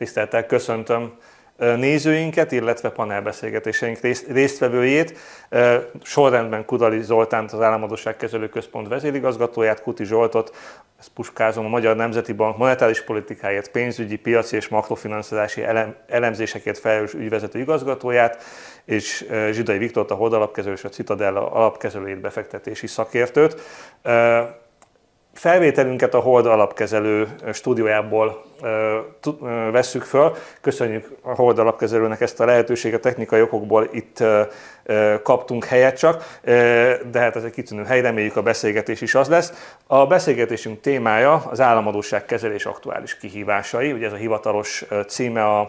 Tisztelettel köszöntöm nézőinket, illetve panelbeszélgetéseink résztvevőjét. Sorrendben Kudari Zoltánt, az Államadósságkezelő Központ vezérigazgatóját, Kuti Zsoltot, ezt puskázom, a Magyar Nemzeti Bank monetáris politikáért, pénzügyi, piaci és makrofinanszírozási elemzésekért felelős ügyvezető igazgatóját, és Zsidai Viktort, a Hold alapkezelő és a Citadella alapkezelőjét, befektetési szakértőt. Felvételünket a Hold alapkezelő stúdiójából vesszük föl. Köszönjük a Hold alapkezelőnek ezt a lehetőséget, technikai okokból itt kaptunk helyet csak, de hát ez egy kitűnő hely, reméljük a beszélgetés is az lesz. A beszélgetésünk témája az államadósságkezelés aktuális kihívásai, ugye ez a hivatalos címe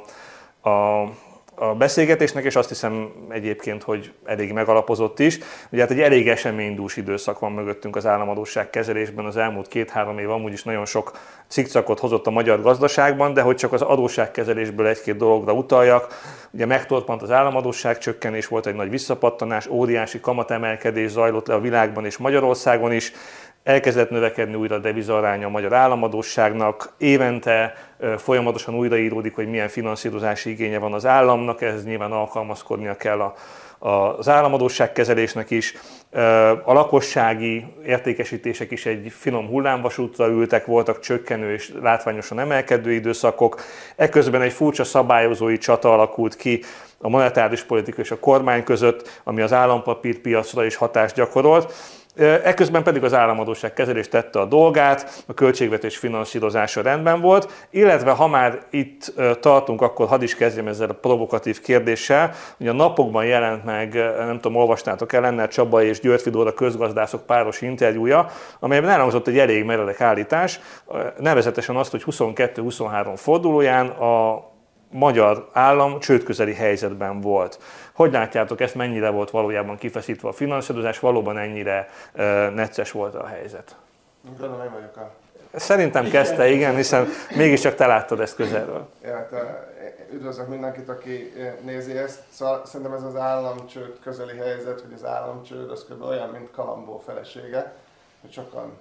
a beszélgetésnek, és azt hiszem egyébként, hogy elég megalapozott is. Ugye hát egy elég eseménydús időszak van mögöttünk az államadósság kezelésben, az elmúlt 2-3 év amúgy is nagyon sok cikcakot hozott a magyar gazdaságban, de hogy csak az adósságkezelésből egy-két dologra utaljak. Ugye megtorpant az államadósság csökkenés, volt egy nagy visszapattanás, óriási kamatemelkedés zajlott le a világban és Magyarországon is. Elkezdett növekedni újra a devizaaránya a magyar államadósságnak, évente folyamatosan újraíródik, hogy milyen finanszírozási igénye van az államnak, ehhez nyilván alkalmazkodnia kell az államadósságkezelésnek is. A lakossági értékesítések is egy finom hullámvasútra ültek, voltak csökkenő és látványosan emelkedő időszakok. Eközben egy furcsa szabályozói csata alakult ki a monetáris politika és a kormány között, ami az állampapírpiacra is hatást gyakorolt. Eközben pedig az államadósságkezelés tette a dolgát, a költségvetés finanszírozása rendben volt, illetve ha már itt tartunk, akkor hadd is kezdjem ezzel a provokatív kérdéssel, hogy a napokban jelent meg, nem tudom, olvastátok el, Lenner Csaba és György Fidóra közgazdászok páros interjúja, amelyben elhangzott egy elég meredek állítás, nevezetesen azt, hogy 22-23 fordulóján a magyar állam csődközeli helyzetben volt. Hogy látjátok ezt, mennyire volt valójában kifeszítve a finanszírozás, valóban ennyire necces volt a helyzet? Gondolom, én vagyok Szerintem kezdte, igen, hiszen mégiscsak te láttad ezt közelről. Ja, üdvözlök mindenkit, aki nézi ezt. Szóval szerintem ez az államcsőd közeli helyzet, vagy az államcsőd, az kb. Olyan, mint Kalambó felesége, hogy sokan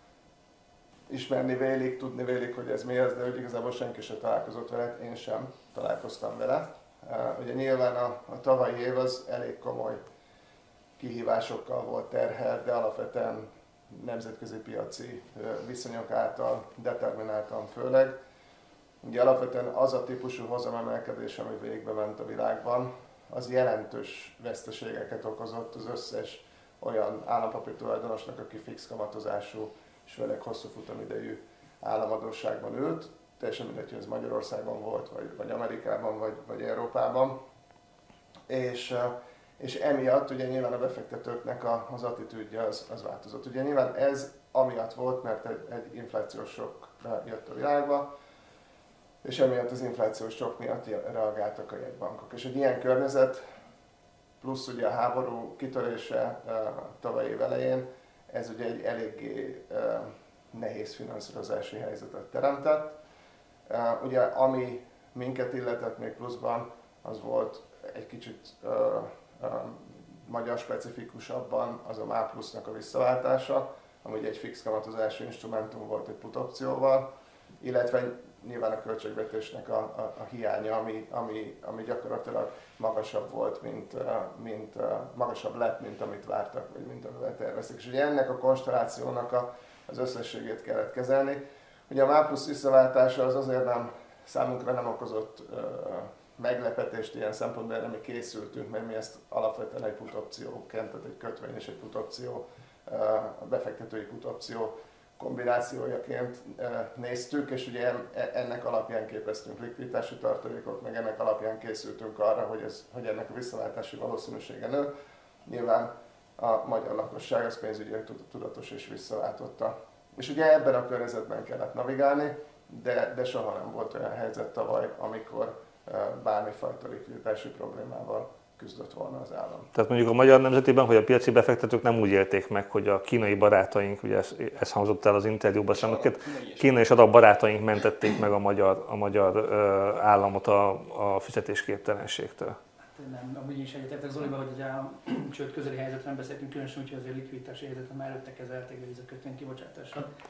ismerni vélik, tudni vélik, hogy ez mi az, de úgy igazából senki sem találkozott vele, én sem találkoztam vele. Ugye nyilván a tavalyi év az elég komoly kihívásokkal volt terhelt, de alapvetően nemzetközi piaci viszonyok által determináltan főleg. Ugye alapvetően az a típusú hozamemelkedés, ami végbe ment a világban, az jelentős veszteségeket okozott az összes olyan állampapír tulajdonosnak, aki fix kamatozású és főleg hosszú futamidejű államadósságban ült. Teljesen mindegy, hogy ez Magyarországon volt, vagy Amerikában, vagy Európában. És emiatt ugye nyilván a befektetőknek az attitűdje az változott. Ugye nyilván ez amiatt volt, mert egy inflációs sok jött a világba, és emiatt az inflációs sok miatt reagáltak a jegybankok. És egy ilyen környezet, plusz ugye a háború kitörése tavaly év elején, ez ugye egy eléggé nehéz finanszírozási helyzetet teremtett. Ugye ami minket illetett még pluszban, az volt egy kicsit magyar specifikusabban az a MÁ+-nak a visszaváltása, ami ugye egy fix kamatozású instrumentum volt egy put opcióval, illetve nyilván a költségvetésnek a hiánya, ami gyakorlatilag magasabb volt, magasabb lett, mint amit vártak, vagy mint amivel terveztek. És ugye ennek a konstellációnak az összességét kellett kezelni. Ugye a MÁ+ visszaváltása az azért számunkra nem okozott meglepetést ilyen szempontból, erre mi készültünk, mert mi ezt alapvetően egy put opcióként, tehát egy kötvény és egy put opció, a befektetői put opció kombinációjaként néztük, és ugye ennek alapján képeztünk likviditási tartalékot, meg ennek alapján készültünk arra, hogy ennek a visszaváltási valószínűsége nő. Nyilván a magyar lakosság az pénzügyileg tudatos és visszaváltotta. És ugye ebben a környezetben kellett navigálni, de soha nem volt olyan helyzet tavaly, amikor bármifajta likviditási problémával küzdött volna az állam. Tehát mondjuk a Magyar Nemzetiben, hogy a piaci befektetők nem úgy élték meg, hogy a kínai barátaink, ugye ez hangzott el az interjúban, a kínai és arab barátaink mentették meg a magyar államot a fizetésképtelenségtől. Nem, amúgy is egyetértek Zolival, hogy egy államcsőd közeli helyzetről beszéltünk, különösen úgy, hogy azért likviditási helyzetre már előtte kezelték a kötvény kibocsátással.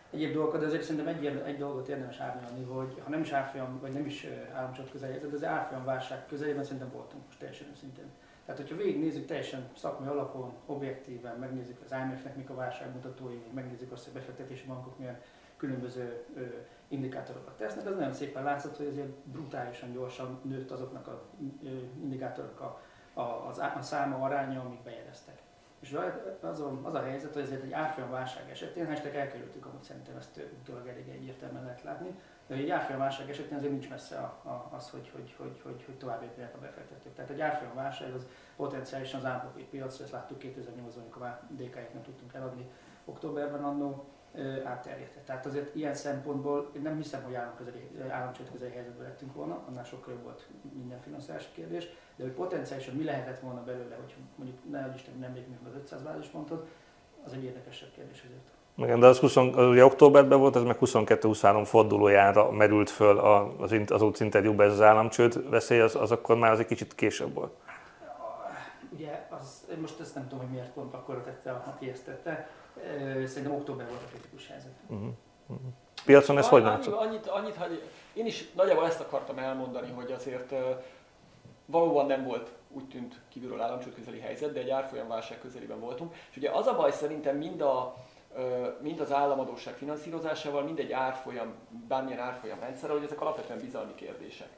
egyéb dolgokat, de azért szerintem egy dolgot érdemes árnyalni, hogy ha nem is árfolyam, vagy nem is államcsoport közeljegyzet, de az árfolyam válság közelében szerintem voltunk most teljesen őszintén. Tehát, hogyha végignézzük teljesen szakmai alapon, objektíven, megnézzük az IMF-nek mik a válságmutatói, megnézzük azt, hogy a befektetési bankok milyen különböző indikátorokat tesznek, az nagyon szépen látszott, hogy azért brutálisan gyorsan nőtt azoknak az indikátorok a száma, aránya, amik bejeleztek. És az a helyzet, hogy ezért egy árfolyam válság esetén, hashtag elkerültük, amúgy szerintem ezt utólag elég egyértelműen lehet látni, de egy árfolyam válság esetén azért nincs messze az, hogy tovább lépjenek a befektetők. Tehát egy árfolyam válság az potenciálisan az állampapír piacra, ezt láttuk 2008-ban, amikor már DK-t nem tudtunk eladni októberben annó, átterjedhet. Tehát azért ilyen szempontból én nem hiszem, hogy államcsőd közeli helyzetben lettünk volna, annál sokkal jobb volt minden finanszírozási kérdés, de hogy potenciálisan mi lehetett volna belőle, hogy mondjuk ne Isten nem lépjünk az 500 bázispontot, az egy érdekesebb kérdés azért. Igen, de az ugye októberben volt, ez meg 22-23 fordulójára merült föl az út interjúban ez az államcsőd veszély, az akkor már az egy kicsit később volt. Ugye, most ezt nem tudom, hogy miért pont akkor tette, aki ezt tette. Szerintem október volt a kritikus helyzet. Piacon ez hogy látszott? Annyit, hogy én is nagyjából ezt akartam elmondani, hogy azért valóban nem volt, úgy tűnt kívülről államcsőd közeli helyzet, de egy árfolyamválság közelében voltunk. És ugye az a baj szerintem mind az államadósság finanszírozásával, mind egy árfolyam, bármilyen árfolyam rendszerrel, hogy ezek alapvetően bizalmi kérdések.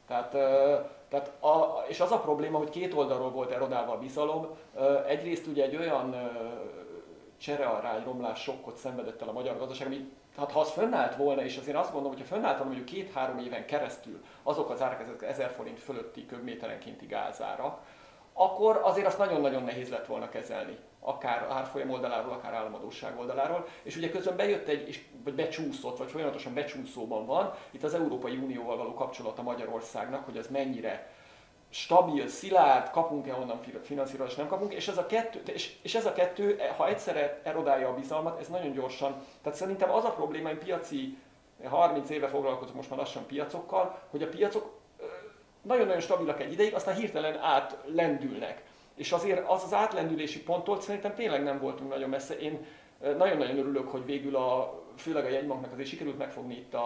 És az a probléma, hogy két oldalról volt erodálva a bizalom. Egyrészt ugye egy olyan cserearány romlás sokkot szenvedett el a magyar gazdaság, ami hát ha az fönnállt volna, és azért azt gondolom, hogy ha fönnállt volna mondjuk 2-3 éven keresztül azok az árak, ezek 1000 forint fölötti köbméterenkénti gázára, akkor azért azt nagyon-nagyon nehéz lett volna kezelni. Akár árfolyam oldaláról, akár államadósság oldaláról. És ugye közben bejött vagy becsúszott, vagy folyamatosan becsúszóban van itt az Európai Unióval való kapcsolata Magyarországnak, hogy az mennyire stabil, szilárd, kapunk-e onnan finanszírozást, nem kapunk, és ez a kettő, ha egyszerre erodálja a bizalmat, ez nagyon gyorsan. Tehát szerintem az a probléma, hogy 30 éve foglalkozok most már lassan piacokkal, hogy a piacok nagyon-nagyon stabilak egy ideig, aztán hirtelen átlendülnek. És azért az átlendülési ponttól szerintem tényleg nem voltunk nagyon messze. Én nagyon-nagyon örülök, hogy végül főleg a jegybanknak azért sikerült megfogni itt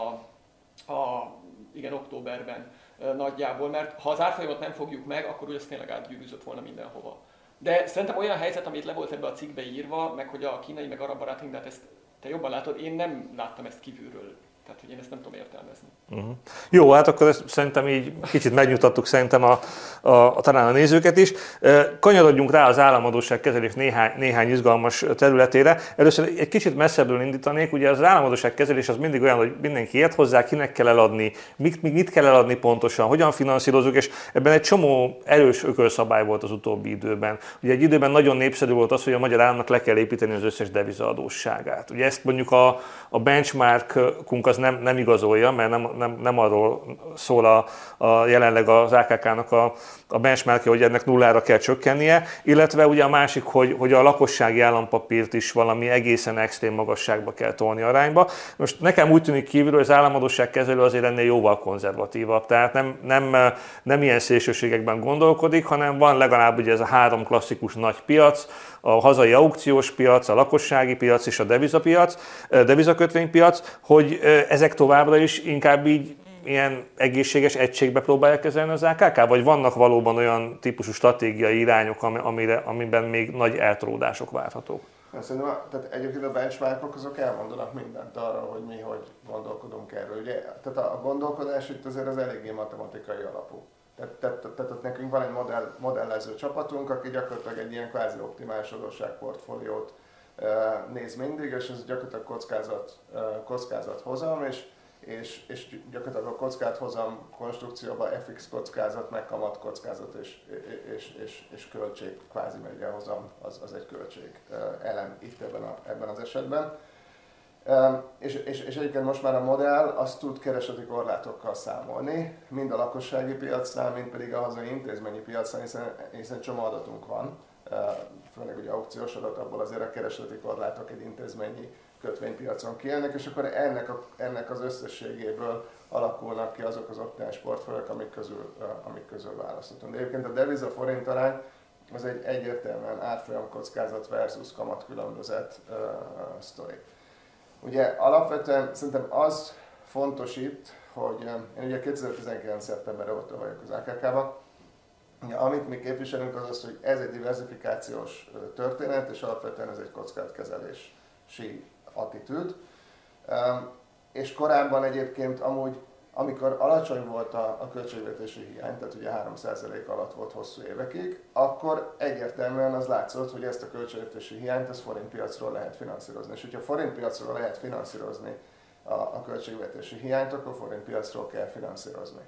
októberben nagyjából, mert ha az árfolyamot nem fogjuk meg, akkor úgy az tényleg átgyűrűzött volna mindenhova. De szerintem olyan helyzet, amit le volt ebbe a cikkbe írva, meg hogy a kínai, meg arab barátunk, de hát ezt te jobban látod, én nem láttam ezt kívülről. Tehát, hogy én ezt nem tudom értelmezni. Jó, hát akkor ezt szerintem így kicsit megnyugtattuk szerintem talán a nézőket is. Kanyarodjunk rá az államadósság kezelés néhány izgalmas területére. Először egy kicsit messzebbről indítanék. Ugye az államadósság kezelés az mindig olyan, hogy mindenki ért hozzá, kinek kell eladni, mit kell eladni pontosan, hogyan finanszírozunk, és ebben egy csomó erős ökölszabály volt az utóbbi időben. Ugye egy időben nagyon népszerű volt az, hogy a magyar államnak le kell építeni az összes devizaadósságát. Ugye ezt mondjuk a benchmarkunk az nem igazolja, mert nem arról szól jelenleg az AKK-nak a benchmarkja, hogy ennek nullára kell csökkennie, illetve ugye a másik, hogy a lakossági állampapírt is valami egészen extrém magasságba kell tolni arányba. Most nekem úgy tűnik kívülről, hogy az államadósság kezelő azért ennél jóval konzervatívabb, tehát nem ilyen szélsőségekben gondolkodik, hanem van legalább ugye ez a 3 klasszikus nagy piac, a hazai aukciós piac, a lakossági piac és a devizakötvénypiac, hogy ezek továbbra is inkább így ilyen egészséges egységbe próbálják kezelni az AKK, vagy vannak valóban olyan típusú stratégiai irányok, amiben még nagy eltolódások várhatók? Szerintem tehát egyébként a benchmarkok azok elmondanak mindent arra, hogy mi hogy gondolkodunk erről. Ugye, tehát a gondolkodás itt azért az eléggé matematikai alapú. Tehát ott nekünk van egy modellező csapatunk, aki gyakorlatilag egy ilyen kvázi optimális adósságportfóliót néz mindig, és ez gyakorlatilag kockázathozam, és gyakorlatilag a kockázathozam konstrukcióban FX kockázat, meg kamat kockázat és költség, kvázi mediahozam, az egy költség elem itt ebben az esetben. És egyébként most már a modell azt tud keresleti korlátokkal számolni, mind a lakossági piacnál, mind pedig a hazai intézményi piacnál, hiszen csomó adatunk van, főleg ugye aukciós adat, abból azért a keresleti korlátok egy intézményi kötvénypiacon kijönnek, és akkor ennek az összességéből alakulnak ki azok az optimális portfóliók, amik közül választhatunk. De egyébként a deviza-forint arány az egy egyértelműen árfolyam kockázat versus kamat különbözet sztori. Ugye alapvetően szerintem az fontos itt, hogy én ugye 2019. szeptember óta vagyok az AKK-ban. Amit mi képviselünk az az, hogy ez egy diversifikációs történet, és alapvetően ez egy kockázatkezelési attitűd. És korábban egyébként amúgy, amikor alacsony volt a költségvetési hiány, tehát ugye 3% alatt volt hosszú évekig, akkor egyértelműen az látszott, hogy ezt a költségvetési hiányt az forintpiacról lehet finanszírozni. És hogyha forintpiacról lehet finanszírozni a költségvetési hiányt, akkor forintpiacról kell finanszírozni.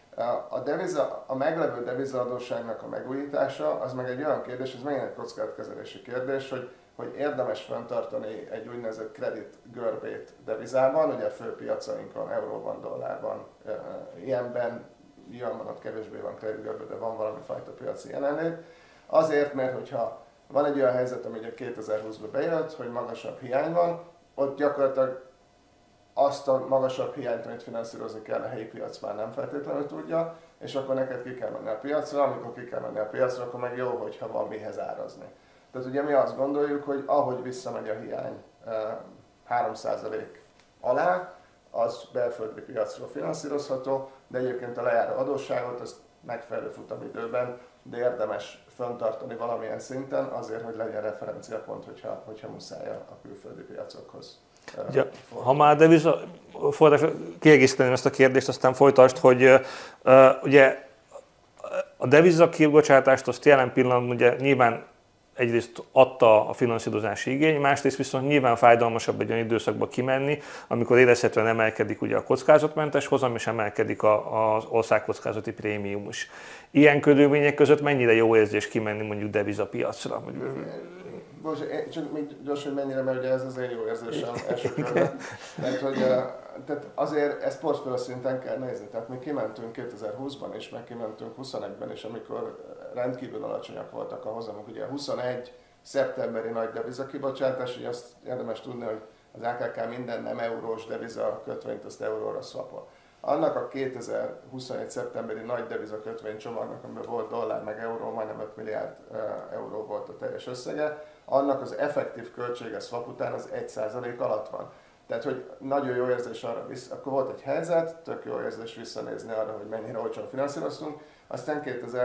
A meglevő devizaadósságnak a megújítása az meg egy olyan kérdés, ez megint egy kockázatkezelési kérdés, hogy érdemes fenntartani egy úgynevezett kredit görbét devizában, ugye a fő piacainkon, euróban, dollárban, ilyenben, jön ott kevésbé van kredit görbe, de van valami fajta piaci jelenlét. Azért, mert hogyha van egy olyan helyzet, ami ugye 2020-ban bejött, hogy magasabb hiány van, ott gyakorlatilag azt a magasabb hiányt, amit finanszírozni kell, a helyi piac már nem feltétlenül tudja, és akkor neked ki kell menni a piacra, amikor ki kell menni a piacra, akkor meg jó, hogyha van mihez árazni. Tehát ugye mi azt gondoljuk, hogy ahogy visszamegy a hiány 3% alá, az belföldi piacról finanszírozható, de egyébként a lejáró adósságot azt megfelelő futamidőben, de érdemes fenntartani valamilyen szinten azért, hogy legyen referenciapont, hogyha muszáj a külföldi piacokhoz. Ugye, ha már kiegészíteném ezt a kérdést, aztán folytasd, hogy ugye a deviza kibocsátást azt jelen pillanatban ugye nyilván egyrészt adta a finanszírozási igény, másrészt viszont nyilván fájdalmasabb egy olyan időszakba kimenni, amikor érezhetően emelkedik ugye a kockázatmentes hozam, és emelkedik az országkockázati prémium is. Ilyen körülmények között mennyire jó érzés kimenni mondjuk devizapiacra? Csak még gyorsan, hogy mennyire, mert ugye ez azért jó érzésem első körben. Tehát azért ezt portfólió szinten kell nézni. Tehát mi kimentünk 2020-ban is, meg kimentünk 2021-ben is, amikor rendkívül alacsonyak voltak a hozamok. Ugye a 21 szeptemberi nagy devizakibocsátás, ugye azt érdemes tudni, hogy az AKK minden nem eurós deviza kötvényt azt euróra swapol. Annak a 2021 szeptemberi nagy deviza kötvény csomagnak, amiben volt dollár meg euró, majdnem 5 milliárd euró volt a teljes összege, annak az effektív költsége swap után az 1% alatt van. Tehát, hogy nagyon jó érzés arra akkor volt egy helyzet, tök jó érzés visszanézni arra, hogy mennyire olcsón finanszíroztunk, aztán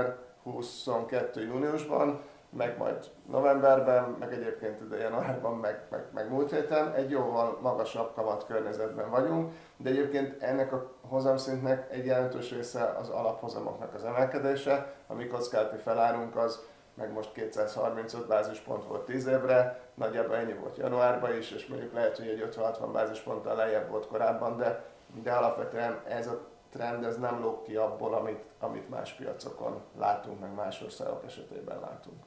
2022. júniusban, meg majd novemberben, meg egyébként ide januárban, meg múlt héten egy jóval magasabb kamat környezetben vagyunk, de egyébként ennek a hozamszintnek egy jelentős része az alaphozamoknak az emelkedése, a mi kockázati felárunk az meg most 235 bázispont volt 10 évre, nagyjából ennyi volt januárban is, és mondjuk lehet, hogy egy 50-60 bázisponttal lejjebb volt korábban, de alapvetően ez a trend ez nem lóg ki abból, amit más piacokon látunk, meg más országok esetében látunk.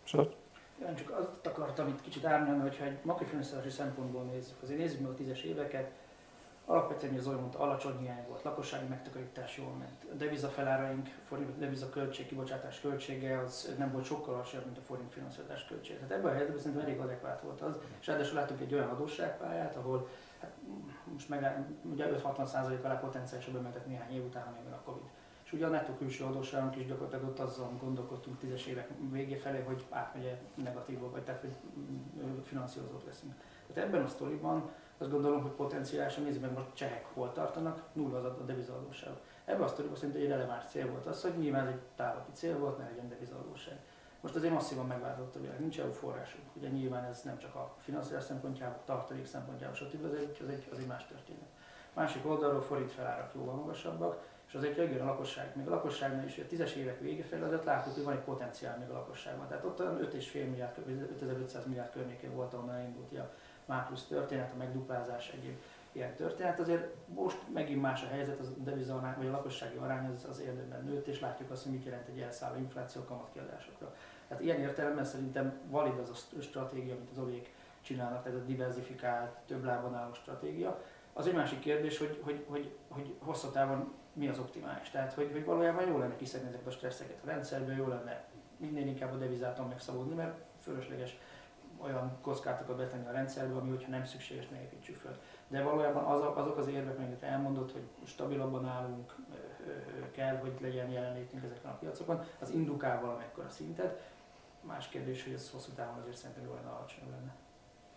Én csak azt akartam itt kicsit árnyalni, hogyha egy makrofinanszírozási szempontból nézzük, azért nézzük meg a 10-es éveket, alapvetően az olyan mondta, alacsony hiány volt, lakossági megtakarítás jól ment. A devizafeláraink, deviza költség, kibocsátás költsége az nem volt sokkal alacsonyabb, mint a forint finanszírozás költsége. Tehát ebben a helyzetben szerintem elég adekvát volt az, és ráadásul láttuk egy olyan adósságpályát, ahol hát, most ugye 5-60% alá potenciálisan bementett néhány év után, amíg a Covid. És ugye a nettó külső adósságunk is gyakorlatilag ott azzal gondolkodtunk 10-es évek végé felé, hogy átmegy negatívba, vagy tehát hogy finanszírozott leszünk. Tehát ebben a sztoriban azt gondolom, hogy potenciálisan nézzük meg most csehek hol tartanak, nulla a devizaadósság. Ebben a sztoriban szerintem egy releváns cél volt az, hogy nyilván ez egy távlati cél volt, ne legyen devizaadósság. Most azért masszívan megváltozott a világ, nincs EU forrásunk. Ugye nyilván ez nem csak a finanszírozás szempontjából, tartalék szempontjából, stb. Az egy más történet. Másik oldalról forint felárak jóval magasabbak, és azért jön a lakosság. Még a lakosságnál is, a 10-es évek vége felé azért láttuk, hogy van egy potenciál még a lakosságban. Tehát ott 5,5 milliárd, 5500 milliárd környékén volt, ahonnan elindult a MÁ+ történet, a megduplázás, egyéb ilyen történet. Azért most megint más a helyzet, az a deviza vagy a lakossági arány az érdemben nőtt, és látjuk azt, hogy mit jelent egy elszálló infláció kamatkiadásokra. Tehát ilyen értelemben szerintem valid az a stratégia, amit az Olék csinálnak, tehát a diversifikált, több lábon álló stratégia. Az egy másik kérdés, hogy hosszú távon mi az optimális. Tehát, hogy valójában jó lenne kiszedni ezeket a stresszeket a rendszerből, jó lenne minél inkább a devizáton megszabadulni, mert fölösleges olyan kockázatokat betenni a rendszerbe, ami hogyha nem szükséges, ne építsük föl. De valójában azok az érvek, amiket elmondott, hogy stabilabban állunk, kell, hogy legyen jelenlétünk ezeken a piacokon, az indukál valamekkora szintet. Más kérdés, hogy ez hosszú távon azért szerintem jól lenne alacsonyabb lenne.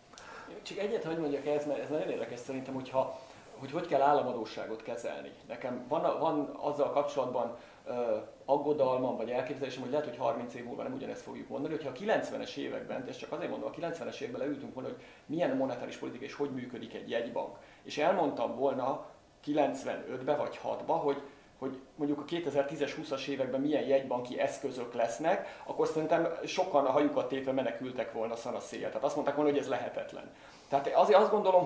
Csak egyet, hogy mondjak ez, mert ez nagyon érdekes szerintem, hogy kell államadósságot kezelni. Nekem van azzal kapcsolatban aggodalmam vagy elképzelésem, hogy lehet, hogy 30 év múlva nem ugyanezt fogjuk mondani, hogyha a 90-es években, és csak azért mondom, a 90-es években leültünk volna, hogy milyen monetáris politika és hogy működik egy jegybank. És elmondtam volna 95-ben vagy 6-ban, hogy mondjuk a 2010-es, 20-as években milyen jegybanki eszközök lesznek, akkor szerintem sokan a hajukat tépve menekültek volna szanaszéjjel. Tehát azt mondták volna, hogy ez lehetetlen. Tehát azért azt gondolom,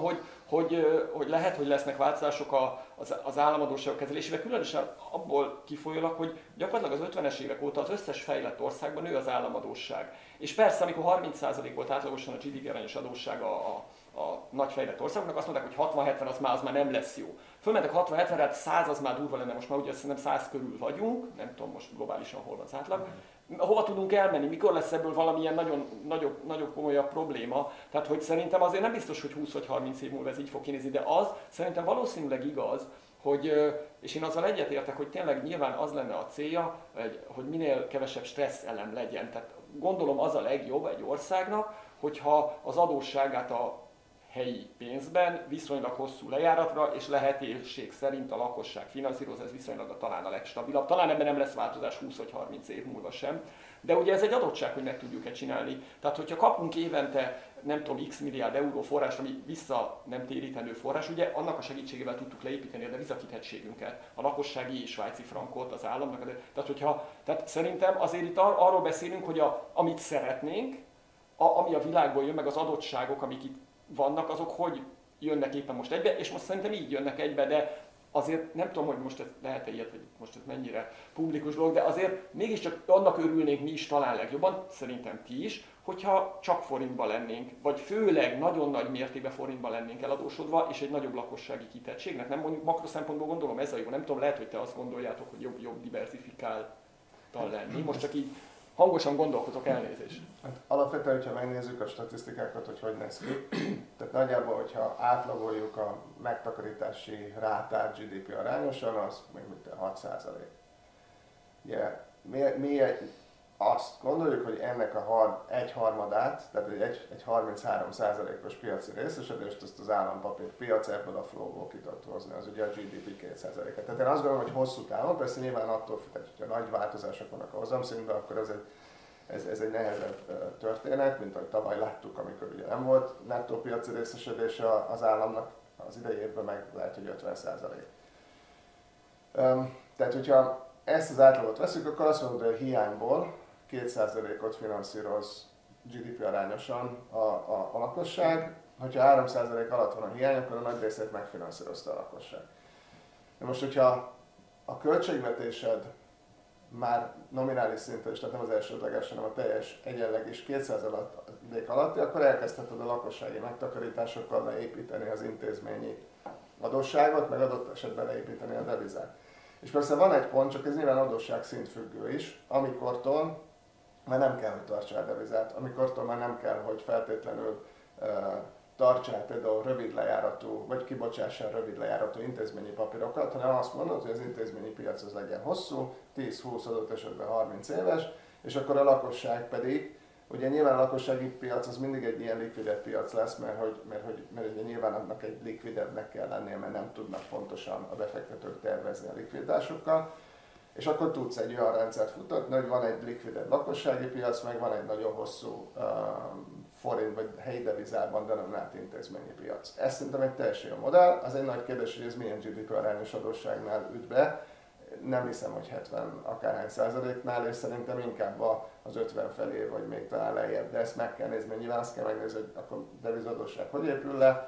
hogy lehet, hogy lesznek változások az államadósságok kezelésében, különösen abból kifolyólag, hogy gyakorlatilag az 50-es évek óta az összes fejlett országban nő az államadósság. És persze, amikor 30% volt átlagosan a GDP arányos adósság a nagy fejlett országoknak, azt mondták, hogy 60-70 az már nem lesz jó. Fölmentek 60-70-re, hát 100 az már durva lenne, most már ugye szerintem 100 körül vagyunk, nem tudom most globálisan hol van az átlag. Hova tudunk elmenni, mikor lesz ebből valamilyen nagyon nagyobb komolyabb probléma. Tehát hogy szerintem azért nem biztos, hogy 20 vagy 30 év múlva ez így fog kinézni, de az szerintem valószínűleg igaz, hogy, és én azzal egyetértek, hogy tényleg nyilván az lenne a célja, hogy minél kevesebb stressz elem legyen. Tehát gondolom az a legjobb egy országnak, hogyha az adósságát a helyi pénzben viszonylag hosszú lejáratra és lehetőség szerint a lakosság finanszíroz, ez viszonylag talán a legstabilabb. Talán ebben nem lesz változás 20 vagy 30 év múlva sem. De ugye ez egy adottság, hogy meg tudjuk-e csinálni. Tehát, hogyha kapunk évente, nem tudom, x milliárd euró forrást, ami vissza nem térítendő forrás, ugye annak a segítségével tudtuk leépíteni a devizakitettségünket, a lakossági svájci frankot, az államnak. Tehát szerintem azért itt arról beszélünk, hogy amit szeretnénk, ami a világból jön, meg az adottságok, amik itt vannak, azok hogy jönnek éppen most egybe, és most szerintem így jönnek egybe, de azért nem tudom, hogy most ez lehet-e ilyet, vagy most ez mennyire publikus dolog, de azért mégiscsak annak örülnénk mi is talán legjobban, szerintem ti is, hogyha csak forintban lennénk, vagy főleg nagyon nagy mértékben forintban lennénk eladósodva, és egy nagyobb lakossági kitettségnek. Nem mondjuk makro szempontból gondolom ez a jó, nem tudom, lehet, hogy te azt gondoljátok, hogy jobb diversifikáltan lenni. Most csak így hangosan gondolkozok, elnézést. Hát alapvetően, hogyha megnézzük a statisztikákat, hogy néz ki, tehát nagyjából, hogyha átlagoljuk a megtakarítási rátát GDP arányosan, az még 6%. Ugye, mi azt gondoljuk, hogy ennek a egyharmadát, tehát egy 33%-os piaci részesedést, azt az állampapírpiac ebből a flowból ki tud hozni, az ugye a GDP 2%-et. Tehát én azt gondolom, hogy hosszú távon, persze nyilván attól függ, hogyha nagy változások vannak a hozamszintben, akkor ez egy nehezebb történet, mint ahogy tavaly láttuk, amikor ugye nem volt nettó piaci részesedése az államnak, az idei évben meg lehet, hogy 50%. Tehát, hogyha ezt az átlagot veszük, akkor azt mondod, hogy a hiányból 2%-ot finanszíroz GDP arányosan a lakosság, hogyha 3% alatt van a hiány, akkor a nagy részét megfinanszírozta a lakosság. De most, hogyha a költségvetésed már nominális szinten is, tehát nem az elsődleges, hanem a teljes egyenleg is 2% alatti, akkor elkezdheted a lakossági megtakarításokkal leépíteni az intézményi adósságot, meg adott esetben leépíteni a devizát. És persze van egy pont, csak ez nyilván adósságszint függő is, amikortól már nem kell, hogy tartsál a devizát, amikortól már nem kell, hogy feltétlenül tartsál például rövid lejáratú, vagy kibocsássál rövid lejáratú intézményi papírokat, hanem azt mondod, hogy az intézményi piac az legyen hosszú, 10-20 adott esetben 30 éves, és akkor a lakosság pedig, ugye nyilván a lakossági piac az mindig egy ilyen likvidebb piac lesz, mert ugye nyilván annak egy likvidebbnek kell lennie, mert nem tudnak pontosan a befektetők tervezni a likviditásokkal, és akkor tudsz egy olyan rendszert futatni, hogy van egy likvidebb lakossági piac, meg van egy nagyon hosszú forint vagy helyi devizában denominált intézményi piac. Ez szerintem egy teljesen jó modell, az egy nagy kérdés, hogy ez milyen GDP arányos adósságnál üt be. Nem hiszem, hogy 70 akárhány százaléknál, és szerintem inkább az 50 felé, vagy még talán lejjebb, de ezt meg kell nézni, mert nyilván azt kell megnézni, hogy akkor devizadósság hogy épül le.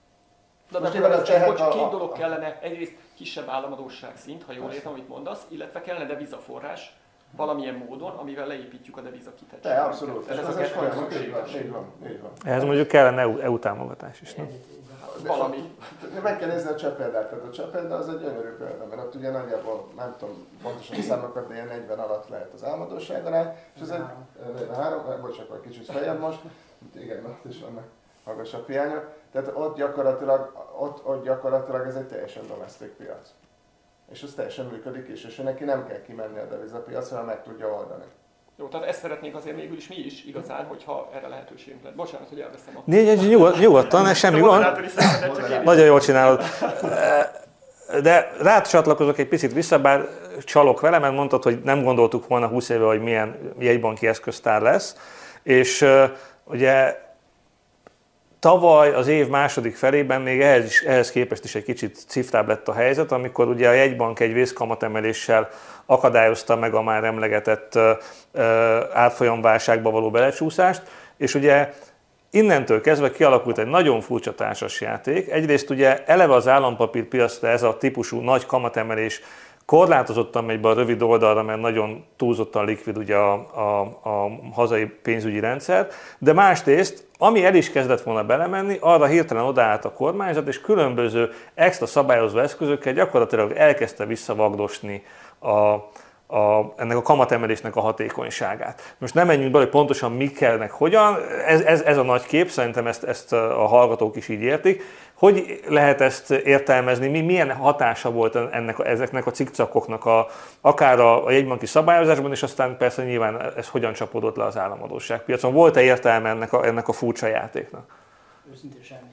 De két dolog kellene, egyrészt kisebb államadósság szint, ha jól értem, amit mondasz, illetve kellene devizaforrás valamilyen módon, amivel leépítjük a devizakitettséget. De abszolút, ez a folyamat, így van. Ehhez mondjuk kellene EU támogatás is, nem? Valami. Meg kell nézni a cseh példát, tehát a cseh példa az egy gyönyörű példa, mert ott ugye nagyjából, nem tudom pontosan a számokat, de ilyen 40 alatt lehet az államadósság arány, és ez egy 43, bocs, akkor kicsit feljebb most, igen, ott is vannak magasabb hiányok, tehát ott gyakorlatilag ez egy teljesen domestic piac. És ez teljesen működik is, és neki nem kell kimenni a devizapiacra, meg tudja oldani. Jó, tehát ezt szeretnénk azért végül is mi is igazán, hogyha erre lehetőségünk lett. Bocsánat, hogy elveszem a... Nyugodtan, semmi gond. Nagyon jól csinálod. De rád csatlakozok egy picit vissza, bár csalok vele, mert mondtad, hogy nem gondoltuk volna 20 éve, hogy milyen jegybanki eszköztár lesz. És ugye tavaly az év második felében még ehhez képest is egy kicsit cifrább lett a helyzet, amikor ugye a jegybank egy vészkamatemeléssel akadályozta meg a már emlegetett árfolyamválságba való belecsúszást, és ugye innentől kezdve kialakult egy nagyon furcsa társasjáték. Egyrészt ugye eleve az állampapírpiacra ez a típusú nagy kamatemelés korlátozottan megy be a rövid oldalra, mert nagyon túlzottan likvid ugye a hazai pénzügyi rendszer, de másrészt, ami el is kezdett volna belemenni, arra hirtelen odaállt a kormányzat, és különböző extra szabályozó eszközökkel gyakorlatilag elkezdte visszavagdosni ennek a kamatemelésnek a hatékonyságát. Most nem menjünk bele, hogy pontosan mi kell, meg hogyan, ez a nagy kép, szerintem ezt a hallgatók is így értik. Hogy lehet ezt értelmezni, milyen hatása volt ezeknek a cikcakoknak akár a jegybanki szabályozásban, és aztán persze nyilván ez hogyan csapódott le az államadósságpiacon. Volt-e értelme ennek a furcsa játéknak? Őszintén semmi.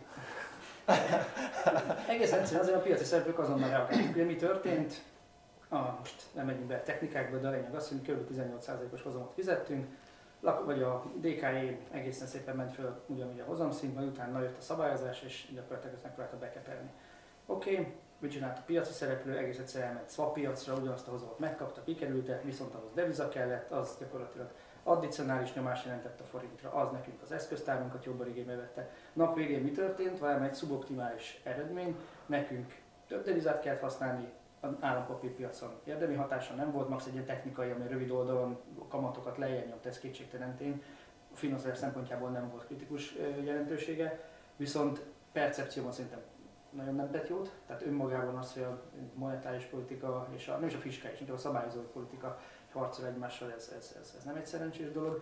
Egész egyszerűen azért a piaci szereplők azonnal reagáltak. Ugye mi történt? Most nem megyünk be technikákba, de a lényeg az, hogy kb. 18%-os hozamot fizettünk, vagy a DKI egészen szépen ment föl ugyanúgy a hozamszint, majd utána jött a szabályozás, és gyakorlatilag ezt megpróbálta bekepelni. Oké, mit csinált a piaci szereplő, egész egyszerűen elment swap piacra, ugyanazt a hozamot megkapta, kikerültek, viszont ahhoz deviza kellett, az gyakorlatilag addicionális nyomás jelentett a forintra, az nekünk az eszköztárunkat jobban igénybe vette. Nap végén mi történt? Valami egy szuboptimális eredmény, nekünk több devizát kellett használni, az állampapírpiacon érdemi hatása nem volt, max egy ilyen technikai, ami rövid oldalon kamatokat lejjebb nyomt, ez kétségtelen tény. A finanszírozás szempontjából nem volt kritikus jelentősége, viszont percepcióban szerintem nagyon nem tett jót, tehát önmagában az, hogy a monetáris politika és nem is a fiskális, inkább a szabályozó politika harcol egymással, ez nem egy szerencsés dolog,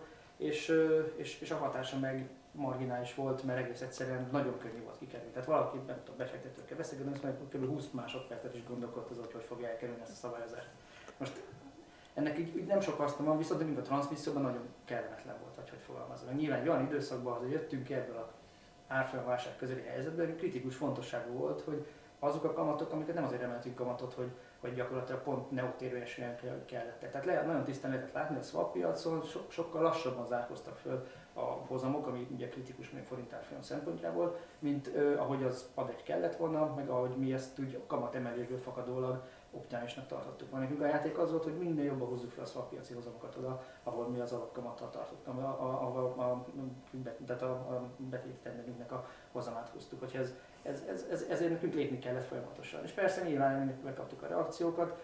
és a hatása meg marginális volt, mert egész egyszerűen nagyon könnyű volt kikerülni. Tehát valaki, nem tudom, befektetőkkel beszélgetni, azt mondja, hogy kb. 20 másodpercet is gondolkodott, hogy fogja elkerülni ezt a szabályozást. Most ennek így nem sok haszna van, viszont mint a transzmisszióban nagyon kellemetlen volt, hogy fogalmazom. Nyilván egy olyan időszakban azért jöttünk ebből a árfolyamválság közeli helyzetben, kritikus fontosságú volt, hogy azok a kamatok, amiket nem azért emeltünk kamatot, hogy gyakorlatilag pont neotérvényesülően kellettek. Tehát nagyon tisztán lehetett látni, hogy a swap piacon sokkal lassabban zárkóztak föl a hozamok, ami ugye kritikus még forint árfolyam szempontjából, mint ahogy az ad kellett volna, meg ahogy mi ezt úgy kamatemelésből fakadólag optimálisnak tartottuk. Van nekünk a játék az volt, hogy minél jobban hozzuk fel a swap piaci hozamokat oda, ahol mi az alapkamattal tartottunk, ahol a betéttermelőnknek a hozamát hoztuk. Hogy ezért nekünk lépni kellett folyamatosan. És persze nyilván megkaptuk a reakciókat,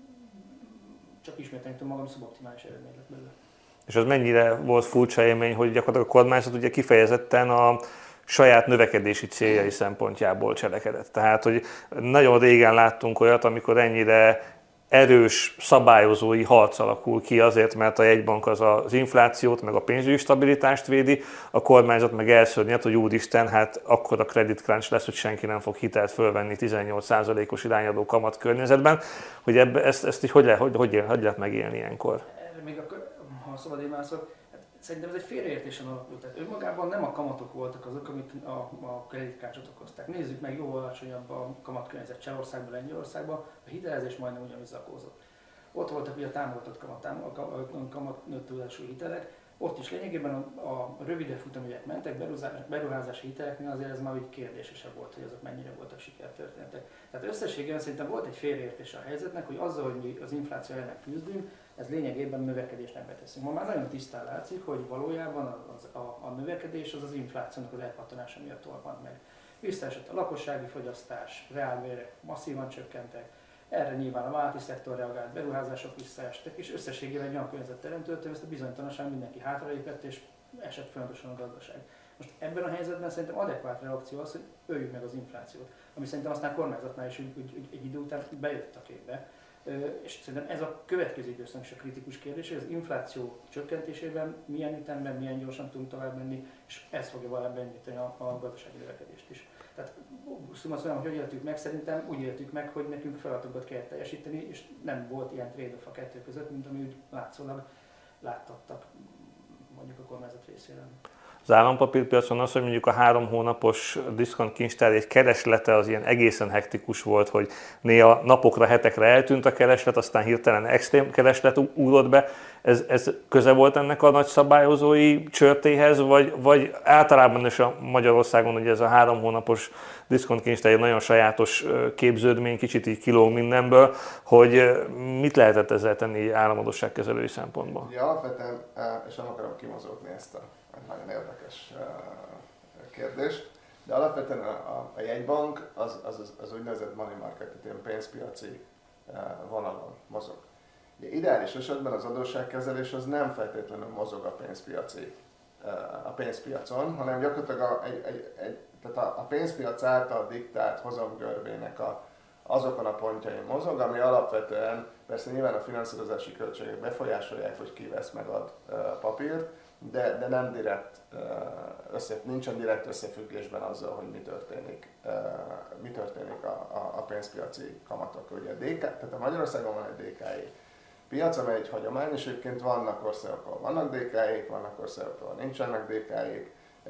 csak ismételni tudom magam, szuboptimális eredmény lett belőle. És az mennyire volt furcsa élmény, hogy gyakorlatilag a kormányzat ugye kifejezetten a saját növekedési céljai szempontjából cselekedett. Tehát, hogy nagyon régen láttunk olyat, amikor ennyire erős szabályozói harc alakul ki azért, mert a jegybank az inflációt, meg a pénzügyi stabilitást védi, a kormányzat meg elszörnyed, hogy úristen, hát akkor a credit crunch lesz, hogy senki nem fog hitelt fölvenni 18%-os irányadó kamat környezetben, hogy ezt így hogy lehet megélni ilyenkor? Még ha szabad én mászok, szerintem ez egy félreértésen alapult. Tehát önmagában nem a kamatok voltak azok, amik a kreditkártyát okozták. Nézzük meg, jóval alacsonyabb a kamatkörnyezet Csehországban, Lengyelországban, a hitelezés majdnem ugyanúgy zakózott. Ott voltak ugye a támogatott kamatnőtudású hitelek, ott is lényegében a rövidebb futamügyek mentek, beruházási hiteleknél azért ez már úgy kérdésesebb volt, hogy azok mennyire voltak sikertörténetek. Tehát összességében szerintem volt egy félreértés a helyzetnek, hogy azzal, hogy mi az infláció ellen küzdünk, ez lényegében növekedésnek beteszünk. Ma már nagyon tisztán látszik, hogy valójában a növekedés az inflációnak az elpattanása miatt torpant meg. Visszaesett a lakossági fogyasztás, reálbérek masszívan csökkentek, erre nyilván a vállalati szektor reagált, beruházások visszaestek, és összességében egy olyan környezet teremtődött, ezt a bizonytalanság mindenki hátralépett, és esett folyamatosan a gazdaság. Most ebben a helyzetben szerintem adekvát reakció az, hogy öljük meg az inflációt, ami szerintem aztán a kormányzatnál is úgy egy idő után bejött a képbe. És szerintem ez a következő időszak is a kritikus kérdés, hogy az infláció csökkentésében milyen ütemben, milyen gyorsan tudunk tovább menni, és ez fogja valami beindítani a gazdasági növekedést is. Tehát szumma szóval, hogy éltük meg, szerintem úgy éltük meg, hogy nekünk feladatokat kell teljesíteni, és nem volt ilyen trade-off a kettő között, mint ami úgy látszólag láttattak mondjuk a kormányzat részéről. Az állampapírpiacon az, hogy mondjuk a 3 hónapos diszkontkincstár egy kereslete az ilyen egészen hektikus volt, hogy néha napokra, hetekre eltűnt a kereslet, aztán hirtelen extrém kereslet ugrott be. Ez köze volt ennek a nagy szabályozói csörtéhez, vagy általában is a Magyarországon ugye ez a 3 hónapos diszkontkincstár egy nagyon sajátos képződmény, kicsit így kilóg mindenből, hogy mit lehetett ezzel tenni államadósságkezelői szempontból? Ugye alapvetően, és nem akarom kimozogni ezt a nagyon érdekes kérdés, de alapvetően a jegybank az úgynevezett money market, ilyen pénzpiaci vonalon mozog. Ugye ideális esetben az adósságkezelés az nem feltétlenül mozog a pénzpiacon, hanem gyakorlatilag tehát a pénzpiac által diktált hozamgörbének azokon a pontjain mozog, ami alapvetően persze nyilván a finanszírozási költségek befolyásolják, hogy ki vesz meg ad papírt, de nem nincsen direkt összefüggésben azzal, hogy mi történik a pénzpiaci kamatok. Ugye tehát a Magyarországon van egy DKI piac, amely egy hagyomány, és egyébként vannak országok, ahol vannak DKI-k, vannak országok, ahol nincsenek DKI-k.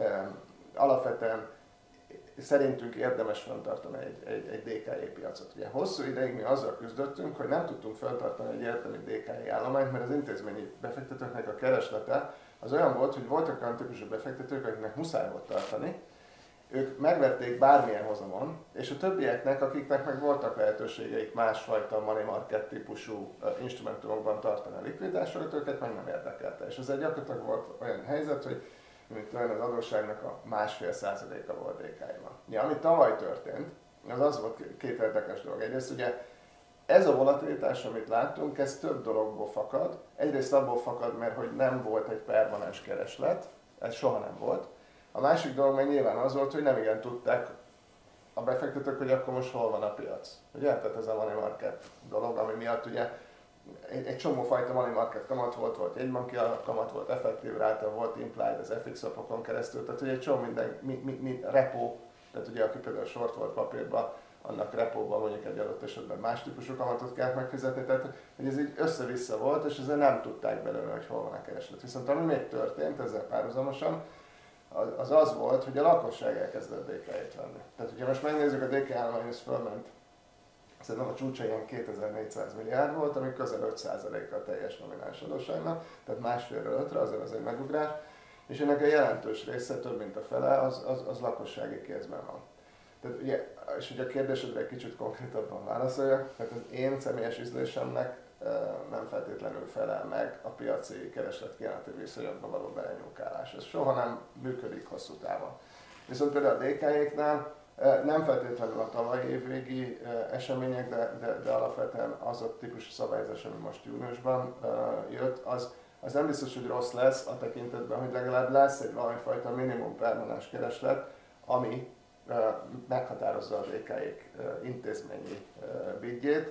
Alapvetően szerintünk érdemes fenntartani egy DKI piacot. Ugye hosszú ideig mi azzal küzdöttünk, hogy nem tudtunk fenntartani egy érdemi DKI állományt, mert az intézményi befektetőknek a kereslete az olyan volt, hogy voltak olyan típusú befektetők, akiknek muszáj volt tartani, ők megvették bármilyen hozamon, és a többieknek, akiknek meg voltak lehetőségeik másfajta money market típusú instrumentumokban tartani a likviditásokat, őket meg nem érdekelte. És ez egy gyakorlatilag volt olyan helyzet, hogy olyan az adósságnak a 1,5%-a volt DK-ban. Ja, ami tavaly történt, az volt két érdekes dolog. Egyrészt ugye ez a volatilitás, amit láttunk, ez több dologból fakad. Egyrészt abból fakad, mert hogy nem volt egy permanens kereslet, ez soha nem volt. A másik dolog meg nyilván az volt, hogy nem igen tudták a befektetők, hogy akkor most hol van a piac. Ugye? Tehát ez a money market dolog, ami miatt ugye egy csomó fajta money market kamat volt jegybanki kamat, volt effektív ráta, volt implied az FX swapokon keresztül, tehát ugye egy csomó minden repo, tehát ugye aki például short volt papírban, annak repóban mondjuk egy adott esetben más típusú kamatot kellett megfizetni, tehát hogy ez így össze-vissza volt, és ezzel nem tudták belőle, hogy hol van a kereslet. Viszont ami még történt ezzel párhuzamosan, az volt, hogy a lakosság elkezdett DK-t venni. Tehát hogyha most megnézzük, a DK állomány az fölment, szerintem a csúcsa ilyen 2400 milliárd volt, ami közel 5%-a a teljes nominális adósságnak, tehát 1,5-5-re, azért az egy megugrás, és ennek a jelentős része, több mint a fele, az lakossági kézben van. Tehát ugye, és hogy a kérdésedre egy kicsit konkrétabban válaszoljak, tehát az én személyes ízlésemnek nem feltétlenül felel meg a piaci kereslet-kínálati viszonyokba való belenyúlkálás. Ez soha nem működik hosszú távon. Viszont például a DK-éknál nem feltétlenül a tavalyi évvégi események, de alapvetően az a típusú szabályozás, ami most júniusban jött, az nem biztos, hogy rossz lesz a tekintetben, hogy legalább lesz egy valamifajta minimum permanens kereslet, ami meghatározza a DK-ék intézményi bidjét.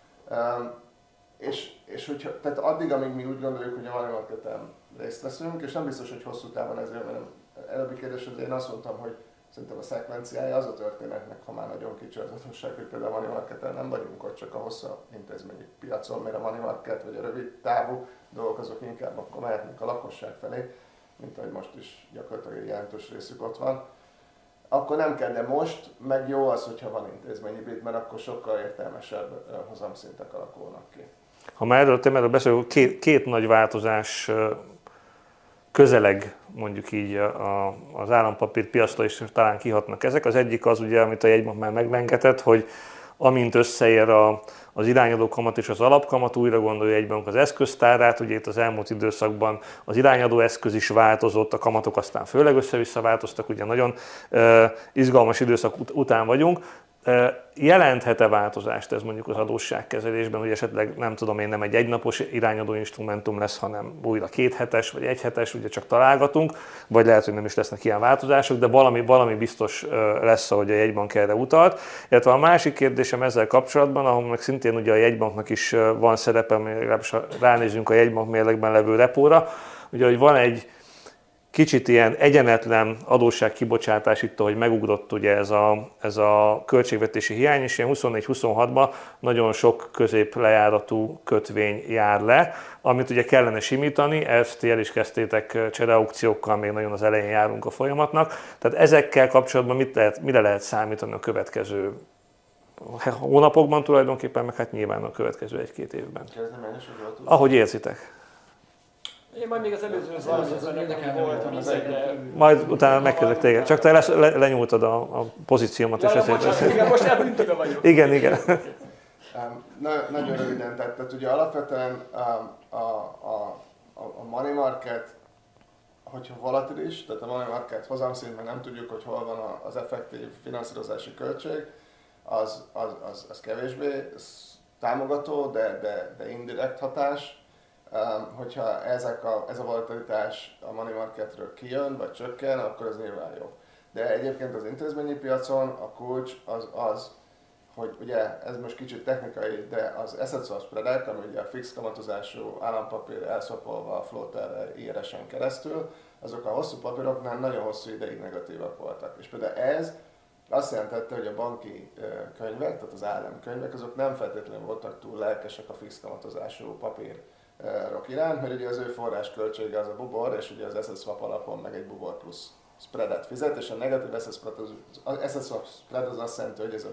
És hogyha, tehát addig, amíg mi úgy gondoljuk, hogy a money marketen részt veszünk, és nem biztos, hogy hosszú távon ezért, mert előbbi kérdésre én azt mondtam, hogy szerintem a szekvenciája az a történetnek, ha már nagyon kicsi az adósság, hogy például a money marketen nem vagyunk ott csak a hosszú intézményi piacon, mert a money market vagy a rövid távú dolgok azok inkább akkor mehetnek a lakosság felé, mint ahogy most is gyakorlatilag egy jelentős részük ott van. Akkor nem kell, de most meg jó az, hogyha van intézményi bid, mert akkor sokkal értelmesebb hozamszintek alakulnak ki. Ha már erről témáról beszélünk, két nagy változás közeleg mondjuk így az állampapírpiacra is talán kihatnak ezek. Az egyik az ugye, amit a jegybank már meglengetett, hogy amint összeér az irányadó kamat és az alapkamat, újra gondolja egybank az eszköztárát. Ugye itt az elmúlt időszakban az irányadó eszköz is változott, a kamatok aztán főleg össze-vissza változtak, ugye nagyon izgalmas időszak után vagyunk. Jelenthet-e változást ez mondjuk az adósságkezelésben, hogy esetleg nem tudom én, nem egy egynapos irányadó instrumentum lesz, hanem újra 2 hetes vagy 1 hetes, ugye csak találgatunk, vagy lehet, hogy nem is lesznek ilyen változások, de valami biztos lesz, ahogy a jegybank erre utalt. Illetve a másik kérdésem ezzel kapcsolatban, ahol meg szintén ugye a jegybanknak is van szerepe, legalábbis ránézünk a jegybank mérlegben levő repóra, ugye, hogy van egy kicsit ilyen egyenetlen adósságkibocsátás itt, ahogy megugrott ugye ez a költségvetési hiány, és ilyen 24-26-ban nagyon sok középlejáratú kötvény jár le, amit ugye kellene simítani, ezt el is kezdtétek csereaukciókkal, még nagyon az elején járunk a folyamatnak. Tehát ezekkel kapcsolatban mire lehet számítani a következő hónapokban tulajdonképpen, meg hát nyilván a következő 1-2 évben. Ahogy érzitek. Én majd még az előző voltam, majd utána megkezdek téged. Csak te lenyúltad a pozíciómat, és ezért... Igen, most elbűntőben vagyok. Igen. Nagyon röviden, tehát ugye alapvetően a money market, hogyha volatilis, tehát a money market hozamszintben nem tudjuk, hogy hol van az effektív finanszírozási költség, az kevésbé támogató, de indirekt hatás. Hogyha ez a volatilitás a money marketről kijön, vagy csökken, akkor ez nyilván jó. De egyébként az intézményi piacon a kulcs az, hogy ugye ez most kicsit technikai, de az asset swap spreadek, ami ugye a fix kamatozású állampapír elszapolva a floaterre IRS-en keresztül, azok a hosszú papíroknál nagyon hosszú ideig negatívak voltak. És például ez azt jelentette, hogy a banki könyvek, tehát az államkönyvek, azok nem feltétlenül voltak túl lelkesek a fix kamatozású papírok iránt, mert ugye az ő forrásköltsége az a bubor, és ugye az asset swap alapon meg egy bubor plusz spreadet fizet, és a negatív asset swap spread az azt jelenti, hogy ez a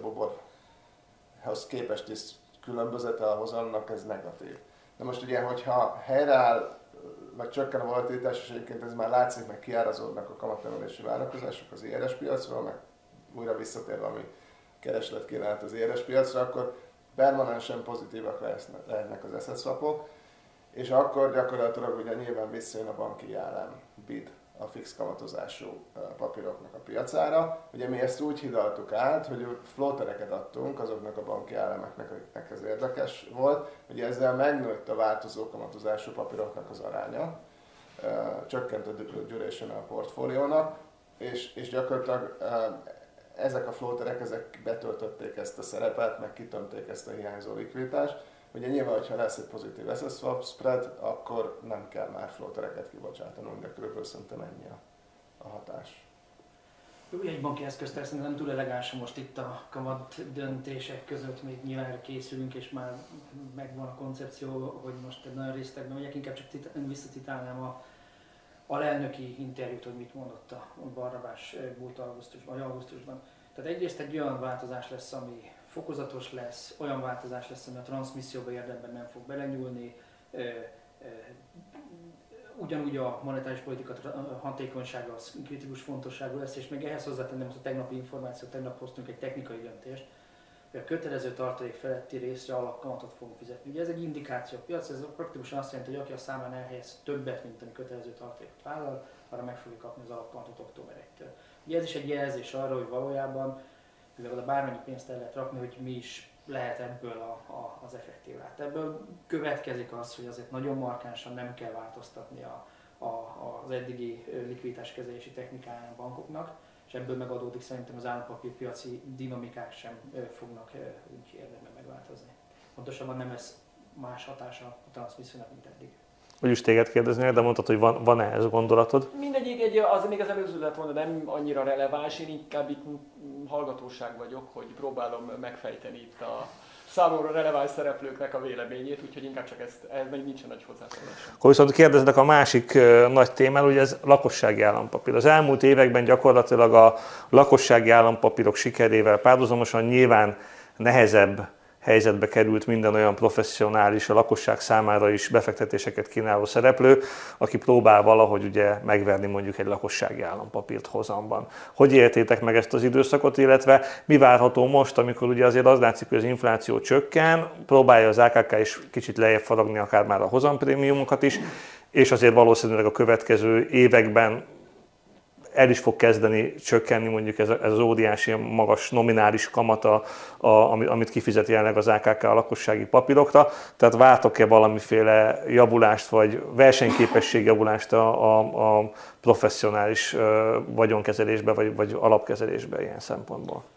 buborhoz képest is különbözete a hozamnak, ez negatív. De most ugye, hogyha helyreáll, vagy csökken a volatilitás, és egyébként ez már látszik, meg kiárazódnak a kamatemelési várakozások az IRS piacról, meg újra visszatérve, ami kereslet kínálat az IRS piacra, akkor permanensen pozitívak lehetnek az asset swapok, és akkor gyakorlatilag ugye nyilván visszajön a banki ALM bid a fix kamatozású papíroknak a piacára. Ugye mi ezt úgy hidaltuk át, hogy floatereket adtunk azoknak a banki ALM-eknek, akiknek ez érdekes volt, hogy ezzel megnőtt a változó kamatozású papíroknak az aránya, csökkent a duration a portfóliónak, és gyakorlatilag ezek a floaterek ezek betöltötték ezt a szerepet, meg kitömték ezt a hiányzó likviditást. Ugye nyilván, hogyha lesz egy pozitív asset swap spread, akkor nem kell már floatereket kibocsátanunk, de körülbelül szerintem ennyi a hatás. Ugye egy banki eszköztár szerintem nem túl elegáns most itt a kamat döntések között, még nyilván erre készülünk, és már megvan a koncepció, hogy most egy nagyon részletekben megyek, inkább csak visszacitálnám a alelnöki interjút, hogy mit mondott a Barnabás múlt augusztusban. Tehát egyrészt egy olyan változás lesz, ami fokozatos lesz, olyan változás lesz, ami a transzmisszióba érdemben nem fog belenyúlni, ugyanúgy a monetáris politika hatékonysága az kritikus fontosságú lesz, és még ehhez hozzátenném azt a tegnapi információt, tegnap hoztunk egy technikai döntést, hogy a kötelező tartalék feletti részre alapkamatot fogunk fizetni. Ugye ez egy indikáció a piac, ez praktikusan azt jelenti, hogy aki a számán elhelyez többet, mint ami kötelező tartalékot vállal, arra meg fogja kapni az alapkamatot október 1-től. Ugye ez is egy jelzés arra, hogy valójában, mivel oda bármennyi pénzt el lehet rakni, hogy mi is lehet ebből az effektív lát. Ebből következik az, hogy azért nagyon markánsan nem kell változtatni az eddigi likviditáskezelési technikáján a bankoknak, és ebből megadódik szerintem az állampapírpiaci dinamikák sem fognak úgy érdemben megváltozni. Pontosabban nem lesz más hatása a transzmissziónak, mint eddig. Úgyis téged kérdeznél, de mondtad, hogy van-e ez gondolatod? Mindegyik az még az előző lett volna, nem annyira releváns, én inkább itt hallgatóság vagyok, hogy próbálom megfejteni itt a számomra releváns szereplőknek a véleményét, úgyhogy inkább csak ez még nincsen nagy hozzászólásom. Akkor viszont kérdeznek a másik nagy témáról, hogy ez lakossági állampapír. Az elmúlt években gyakorlatilag a lakossági állampapírok sikerével párhuzamosan nyilván nehezebb helyzetbe került minden olyan professzionális, a lakosság számára is befektetéseket kínáló szereplő, aki próbál valahogy ugye megverni mondjuk egy lakossági állampapírt hozamban. Hogy éltétek meg ezt az időszakot, illetve mi várható most, amikor ugye azért az látszik, hogy az infláció csökken, próbálja az AKK is kicsit lejjebb faragni akár már a hozamprémiumokat is, és azért valószínűleg a következő években el is fog kezdeni csökkenni mondjuk ez az óriási magas nominális kamata, amit kifizet jelenleg az AKK a lakossági papírokra. Tehát vártok-e valamiféle javulást, vagy versenyképesség javulást a professzionális vagyonkezelésbe, vagy alapkezelésbe ilyen szempontból? Hát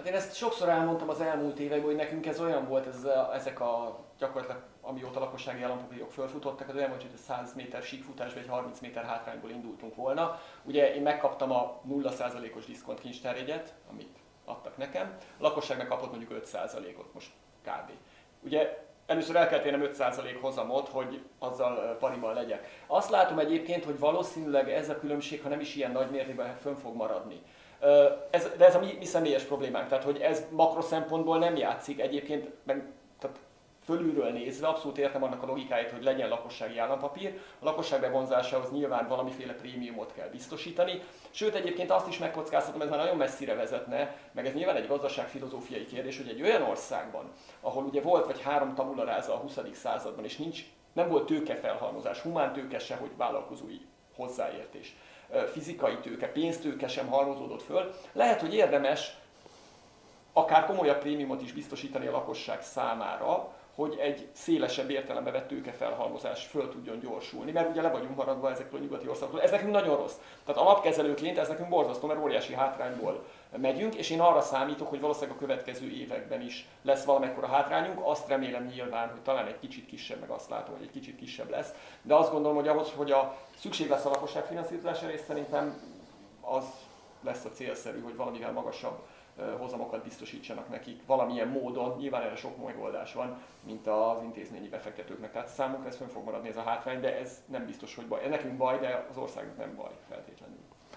én ezt sokszor elmondtam az elmúlt években, hogy nekünk ez olyan volt, ezek a gyakorlatilag amióta lakossági állampapírok fölfutottak, az olyan volt, hogy a 100 méter síkfutás vagy 30 méter hátrányból indultunk volna. Ugye én megkaptam a 0%-os diszkont kincstárjegyet, amit adtak nekem, a lakosság megkapott mondjuk 5%-ot most kb. Ugye először el kell térnem 5% hozamot, hogy azzal pariban legyek. Azt látom egyébként, hogy valószínűleg ez a különbség, ha nem is ilyen nagy mértékben, fönn fog maradni. De ez a mi személyes problémánk, tehát hogy ez makro szempontból nem játszik egyébként, tehát fölülről nézve abszolút értem annak a logikáját, hogy legyen lakossági állampapír. A lakosság bevonzásához nyilván valamiféle prémiumot kell biztosítani. Sőt, egyébként azt is megkockáztatom, ez már nagyon messzire vezetne, meg ez nyilván egy gazdaságfilozófiai kérdés, hogy egy olyan országban, ahol ugye volt vagy 3 tabula rasa a 20. században, és nem volt tőkefelhalmozás, humántőke se, hogy vállalkozói hozzáértés, fizikai tőke, pénztőke sem halmozódott föl, lehet, hogy érdemes akár komolyabb prémiumot is biztosítani a lakosság számára, hogy egy szélesebb értelembe vett tőkefelhalmozás föl tudjon gyorsulni, mert ugye le vagyunk maradva ezekről a nyugati országokról. Ez nekünk nagyon rossz. Tehát alapkezelőként ez nekünk borzasztó, mert óriási hátrányból megyünk, és én arra számítok, hogy valószínűleg a következő években is lesz valamekkora hátrányunk. Azt remélem nyilván, hogy talán egy kicsit kisebb, meg azt látom, hogy egy kicsit kisebb lesz. De azt gondolom, hogy ahhoz, hogy a szükség lesz a lakosság finanszírozására, és szerintem az lesz a célszerű, hogy valamivel magasabb hozamokat biztosítsanak nekik valamilyen módon, nyilván erre sok megoldás van, mint az intézményi befektetőknek. Tehát számunkra ez fönn fog maradni ez a hátrány, de ez nem biztos, hogy baj. Ez nekünk baj, de az országnak nem baj feltétlenül.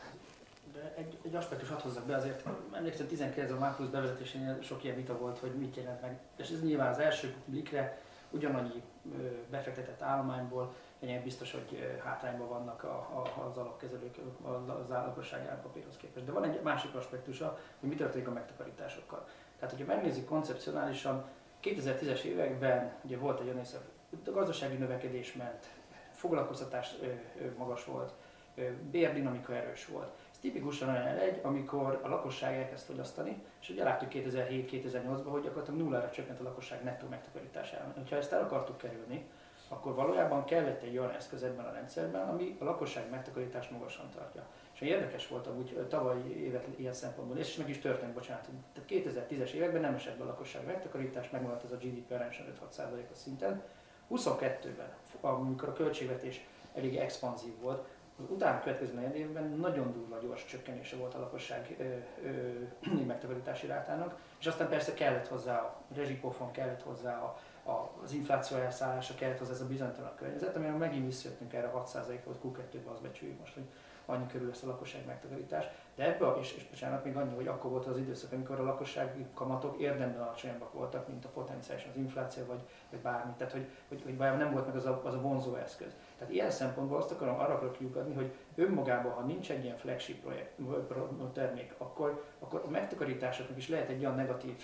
De egy aspektus hadd hozzak be, azért emlékszem 19 a Mákusz bevezetésénél sok ilyen vita volt, hogy mit jelent meg. És ez nyilván az első blikre ugyanannyi befektetett állományból, ennyien biztos, hogy hátrányban vannak az alapkezelők az lakossági állampapírhoz képest. De van egy másik aspektusa, hogy mi történik a megtakarításokkal. Tehát, hogyha megnézzük koncepcionálisan, 2010-es években ugye volt egy olyan a gazdasági növekedés ment, foglalkoztatás magas volt, bérdinamika erős volt. Ez tipikusan olyan egy, amikor a lakosság elkezd fogyasztani, és ugye láttuk 2007-2008-ban, hogy gyakorlatilag nullára csökkent a lakosság nettó megtakarítására. Ha ezt el akartuk kerülni, akkor valójában kellett egy olyan eszköz ebben a rendszerben, ami a lakosság megtakarítást magasan tartja. És érdekes volt amúgy tavalyi évet ilyen szempontból, és meg is történt, bocsánat. Tehát 2010-es években nem esett be a lakosság megtakarítás, megmaradt ez a GDP arányosan 5-6%-os szinten. 22-ben, amikor a költségvetés elég expanzív volt, utána a következő negyed évben nagyon durva gyors csökkenése volt a lakosság megtakarítási rátának, és aztán persze kellett hozzá a rezsipofon, kellett hozzá az infláció elszállása, kellett hozzá ez a bizonytalan környezet, amire megint visszajöttünk erre a 6%-ot, Q2-ben azt becsüljük most, hogy annyi körül lesz a lakosság megtakarítás. De ebből, és bocsánat, még annyi, hogy akkor volt az időszak, amikor a lakossági kamatok érdemben alacsonyabbak voltak, mint a potenciálisan az infláció, vagy bármi. Tehát, hogy vajon nem volt meg az a vonzó eszköz. Tehát ilyen szempontból azt arra akarok kiukadni, hogy önmagában, ha nincs egy ilyen flagship termék, akkor a megtakarításoknak is lehet egy olyan negatív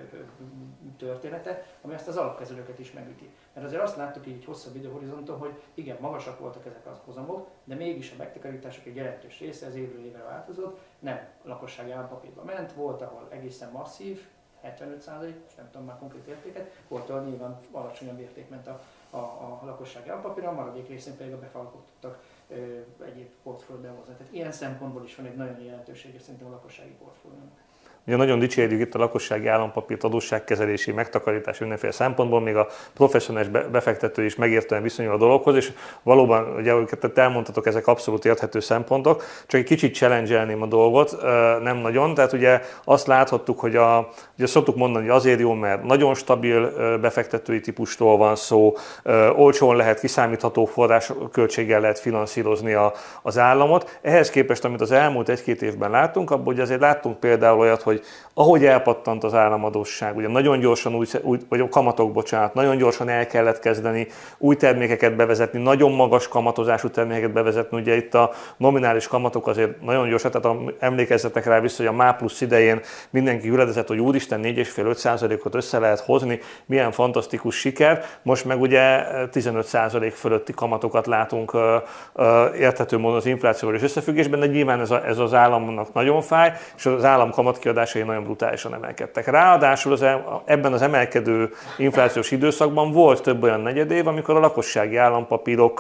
története, ami ezt az alapkezelőket is megüti. Mert azért azt láttuk így egy hosszabb időhorizonton, hogy igen, magasak voltak ezek a hozamok, de mégis a megtakarítások egy jelentős része az évről évre változott, nem lakossági állampapírba ment, volt, ahol egészen masszív, 75%, most nem tudom már konkrét értéket, volt, ahol nyilván alacsonyabb érték ment a lakossági állampapírra, a maradék részén pedig a befalkok tudtak egyéb portfóliót behozni. Tehát ilyen szempontból is van egy nagyon jelentősége szerintem a lakossági portfóliónak. Ugye nagyon dicsérjük itt a lakossági állampapírt adósságkezelési, megtakarítási mindenféle szempontból, még a professzionális befektető is megértően viszonyul a dologhoz, és valóban, ugye, amiket elmondhatok, ezek abszolút érthető szempontok, csak egy kicsit challenge-elném a dolgot, nem nagyon, tehát ugye azt láthattuk, hogy ugye szoktuk mondani, hogy azért jó, mert nagyon stabil befektetői típustól van szó, olcsón lehet, kiszámítható forrásköltséggel lehet finanszírozni az államot. Ehhez képest, amit az elmúlt 1-2 évben láttunk, abban ugye azért láttunk például olyat, hogy ahogy elpattant az államadósság, ugye nagyon gyorsan vagy a kamatok, bocsánat, nagyon gyorsan el kellett kezdeni új termékeket bevezetni, nagyon magas kamatozású termékeket bevezetni, ugye itt a nominális kamatok azért nagyon gyorsan, tehát emlékezzetek rá vissza, hogy a MÁ plusz idején mindenki hüledezett, hogy úristen 4,5-5%-ot össze lehet hozni, milyen fantasztikus siker, most meg ugye 15% fölötti kamatokat látunk érthető módon az inflációval összefüggésben, de nyilván ez az államnak nagyon fáj, és az állam kamatkiadásai nagyon brutálisan emelkedtek. Ráadásul ebben az emelkedő inflációs időszakban volt több olyan negyedév, amikor a lakossági állampapírok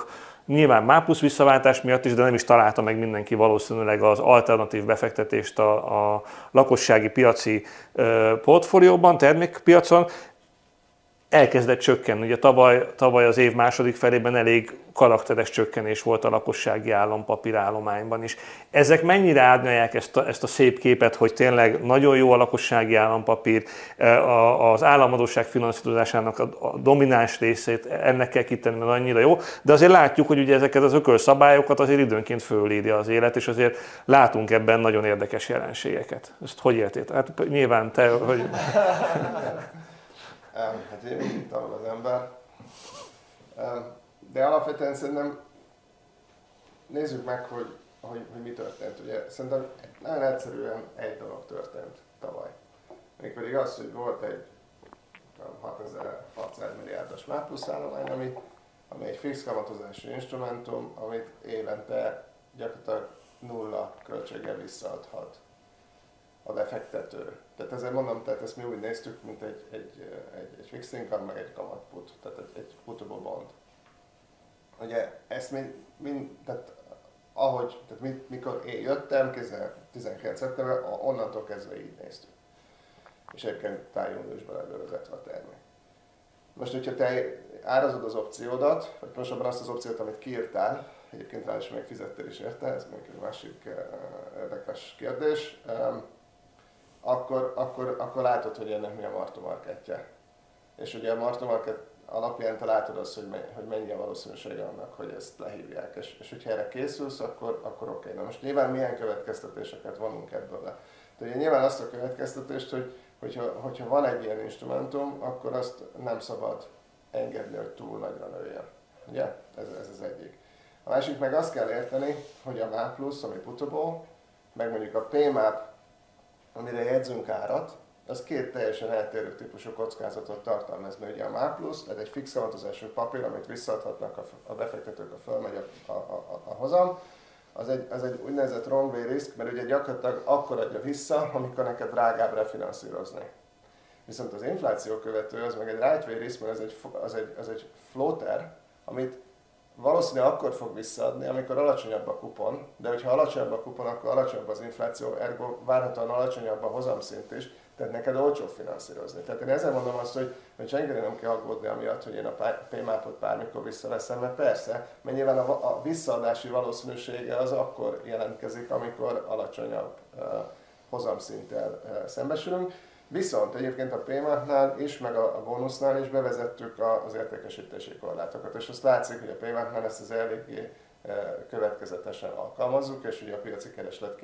Nyilván MÁ+ visszaváltás miatt is, de nem is találta meg mindenki valószínűleg az alternatív befektetést a lakossági piaci portfólióban, termékpiacon. Elkezdett csökkenni. Ugye tavaly az év második felében elég karakteres csökkenés volt a lakossági állampapírállományban is. Ezek mennyire árnyalják ezt a szép képet, hogy tényleg nagyon jó a lakossági állampapír, az államadósság finanszírozásának a domináns részét ennek kell kitenni, mert annyira jó, de azért látjuk, hogy ugye ezeket az ökölszabályokat azért időnként fölírja az élet, és azért látunk ebben nagyon érdekes jelenségeket. Ezt hogy értél? Hát nyilván te, hogy... Hát én mindig tanul az ember. De alapvetően szerintem nézzük meg, hogy mi történt. Ugye, szerintem nagyon egyszerűen egy dolog történt tavaly. Mégpedig az, hogy volt egy 6600 milliárdos MÁ+ állomány, ami egy fix kamatozású instrumentum, amit évente gyakorlatilag nulla költséggel visszaadhat a befektető. Tehát ezzel mondom, tehát ezt mi úgy néztük, mint egy fixed income, meg egy kamatput, tehát egy putable bond. Ugye ezt mikor én jöttem, 2019. szeptember, onnantól kezdve így néztük. És egyébként tájjúniusban elővezetve a termék. Most, hogyha te árazod az opciódat, vagy pontosabban azt az opciót, amit kiírtál, egyébként rá is még fizettél is érte, ez még egy másik érdekes kérdés, akkor látod, hogy ennek mi a mark-to-marketje. És ugye a mark-to-market alapján te látod azt, hogy mennyi a valószínűsége annak, hogy ezt lehívják. És hogyha erre készülsz, akkor oké. Na most nyilván milyen következtetéseket vonunk ebből le. De ugye nyilván azt a következtetést, hogyha van egy ilyen instrumentum, akkor azt nem szabad engedni, hogy túl nagyra nőjön. Ugye? Ez az egyik. A másik meg azt kell érteni, hogy a MÁ+, ami putable, meg mondjuk a PMAP, amire jegyzünk árat, az két teljesen eltérő típusú kockázatot tartalmaz, mert ugye a MÁ+, ez egy fix kamatozású papír, amit visszaadhatnak a befektetők, ha fölmegy a hozam, az egy úgynevezett wrong way risk, mert ugye gyakorlatilag akkor adja vissza, amikor neked drágább refinanszírozni. Viszont az infláció követő az meg egy right way risk, mert az egy floater, amit valószínűleg akkor fog visszaadni, amikor alacsonyabb a kupon, de hogyha alacsonyabb a kupon, akkor alacsonyabb az infláció, ergo várhatóan alacsonyabb a hozamszint is, tehát neked olcsó finanszírozni. Tehát én ezzel mondom azt, hogy senkire nem kell aggódni amiatt, hogy én a PMAP-ot bármikor visszaveszem, mert persze, mert nyilván a visszaadási valószínűsége az akkor jelentkezik, amikor alacsonyabb hozamszinttel szembesülünk. Viszont egyébként a PMAP-nál is, meg a bónusznál is bevezettük az értékesítési korlátokat, és azt látszik, hogy a PMAP-nál ezt az eléggé következetesen alkalmazzuk, és ugye a piaci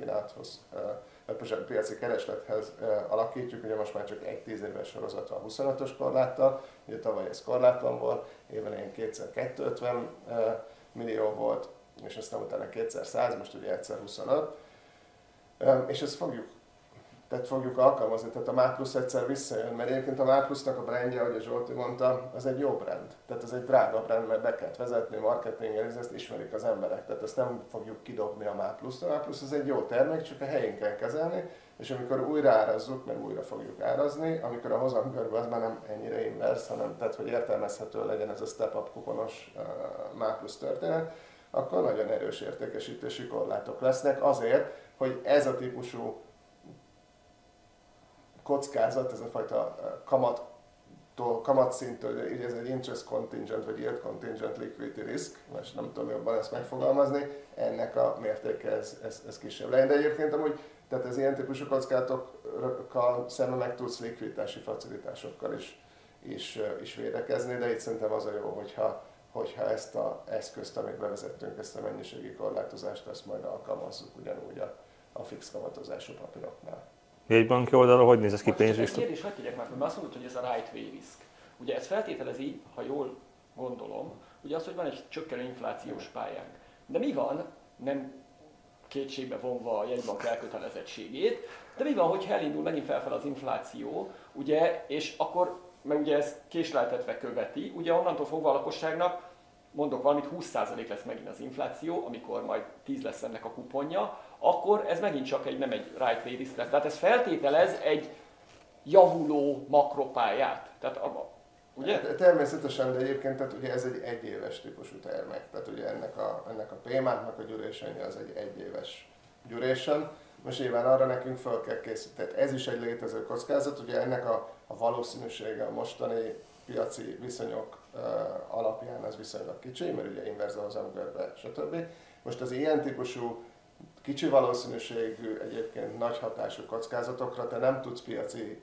kereslethez alakítjuk, ugye most már csak egy 10 éves sorozat van 25-ös korláttal, ugye tavaly ez korlátlan volt, éven ilyen kétszer 250 millió volt, és aztán utána kétszer 100, most ugye egyszer 25, és ezt fogjuk alkalmazni, tehát a MÁ+ egyszer visszajön, mert egyébként a MÁ+-nak a brandje, ahogy a Zsolti mondta, az egy jó brand. Tehát ez egy drága brand, mert be kell vezetni, marketingelni, ezt ismerik az emberek, tehát ezt nem fogjuk kidobni a MÁ+-t. A MÁ+ az egy jó termék, csak a helyén kell kezelni, és amikor újra árazzuk, meg újra fogjuk árazni, amikor a hozamkörben az már nem ennyire inverse, hanem tehát, hogy értelmezhető legyen ez a step-up kuponos MÁ+ történet, akkor nagyon erős értékesítési korlátok lesznek azért, hogy ez a típusú kockázat, ez a fajta kamatszinttől, ez egy interest contingent vagy yield contingent liquidity risk, most nem tudom jobban ezt megfogalmazni, ennek a mértéke ez kisebb legyen. De egyébként amúgy, tehát az ilyen típusú kockázatokkal szemben meg tudsz likviditási facilitásokkal is védekezni, de itt szerintem az a jó, hogyha ezt az eszközt, amit bevezettünk, ezt a mennyiségi korlátozást, ezt majd alkalmazzuk ugyanúgy a fix kamatozású papíroknál. Jegybanki oldalról hogy néz ez ki pénzügyi? Kérdés, hogy tegyek már, mert azt mondod, hogy ez a right way risk. Ugye ez feltételezi, ha jól gondolom, ugye az, hogy van egy csökkenő inflációs pályánk. De mi van, nem kétségbe vonva a jegybank elkötelezettségét, de mi van, hogyha elindul megint felfel az infláció, ugye, és akkor, mert ugye ez késleltetve követi, ugye onnantól fogva a lakosságnak, mondok valamit, 20% lesz megint az infláció, amikor majd 10 lesz ennek a kuponja, akkor ez megint csak nem egy right way risk lesz. Tehát ez feltételez egy javuló makropályát. Tehát ugye? Természetesen, de egyébként tehát ugye ez egy egyéves típusú termék. Tehát ugye ennek a PMA-nak a duration az egy egyéves duration. Most nyilván arra nekünk fel kell készíteni. Tehát ez is egy létező kockázat, ugye ennek a valószínűsége a mostani piaci viszonyok alapján az viszonylag kicsi, mert ugye inverz a hozamgörbe, stb. Most az ilyen típusú kicsi valószínűségű, egyébként nagy hatású kockázatokra te nem tudsz piaci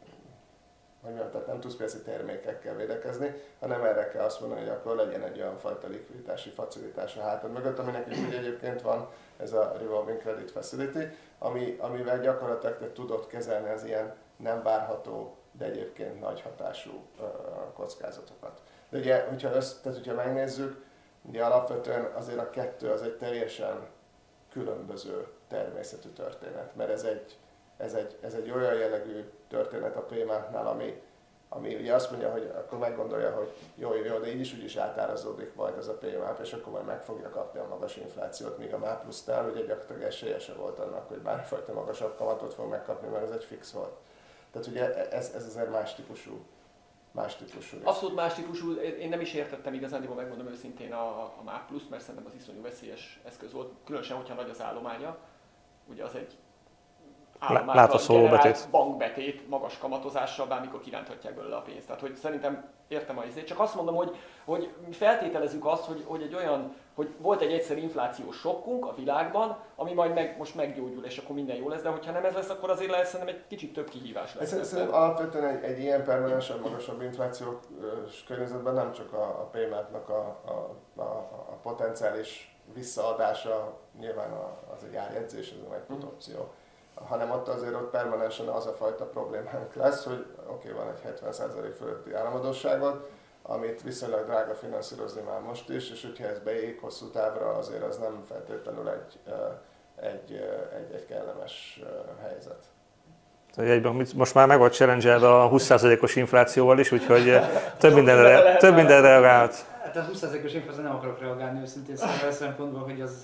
termékekkel védekezni, hanem erre kell azt mondani, hogy akkor legyen egy olyan fajta likviditási facilitás a hátad mögött, ami nekünk ugye egyébként van, ez a Revolving Credit Facility, amivel gyakorlatilag te tudod kezelni az ilyen nem várható, de egyébként nagy hatású kockázatokat. De ugye, hogyha megnézzük, ugye alapvetően azért a kettő az egy teljesen különböző természetű történet, mert ez egy olyan jellegű történet a PMA-nál, ami ugye azt mondja, hogy akkor meggondolja, hogy jó, de így is úgyis átárazódik majd ez a PMA, és akkor majd meg fogja kapni a magas inflációt, míg a MÁ plusznál ugye gyakorlatilag esélye se volt annak, hogy bármifajta magasabb kamatot fog megkapni, mert ez egy fix volt. Tehát ugye ez azért más típusú. Abszolút más típusú, én nem is értettem igazán, megmondom őszintén a MÁ pluszt, mert szerintem az iszonyú veszélyes eszköz volt, különösen, hogyha nagy az állománya. Ugye az egy látaszóló betét. Bankbetét magas kamatozással, bármikor kiránthatják belőle a pénzt. Tehát hogy szerintem értem a izét, csak azt mondom, hogy feltételezzük azt, hogy egy olyan, hogy volt egy egyszerű inflációs sokkunk a világban, ami majd most meggyógyul, és akkor minden jó lesz, de hogyha nem ez lesz, akkor azért lesz szerintem egy kicsit több kihívás lesz. Szerintem alapvetően egy ilyen permanensen magasabb inflációs környezetben nem csak a PMA-nak a potenciális visszaadása, nyilván az egy árjegyzés, ez nem egy put opció, hanem ott permanensen az a fajta problémánk lesz, hogy van egy 70% fölötti államadósságod, amit viszonylag drága finanszírozni már most is, és hogyha ez beég hosszú távra, azért az nem feltétlenül egy kellemes helyzet. Egyben most már meg volt challenge-elve a 20%-os inflációval is, úgyhogy több mindenre reagált. Hát a 20%-os infláció nem akarok reagálni őszintén szempontból, hogy az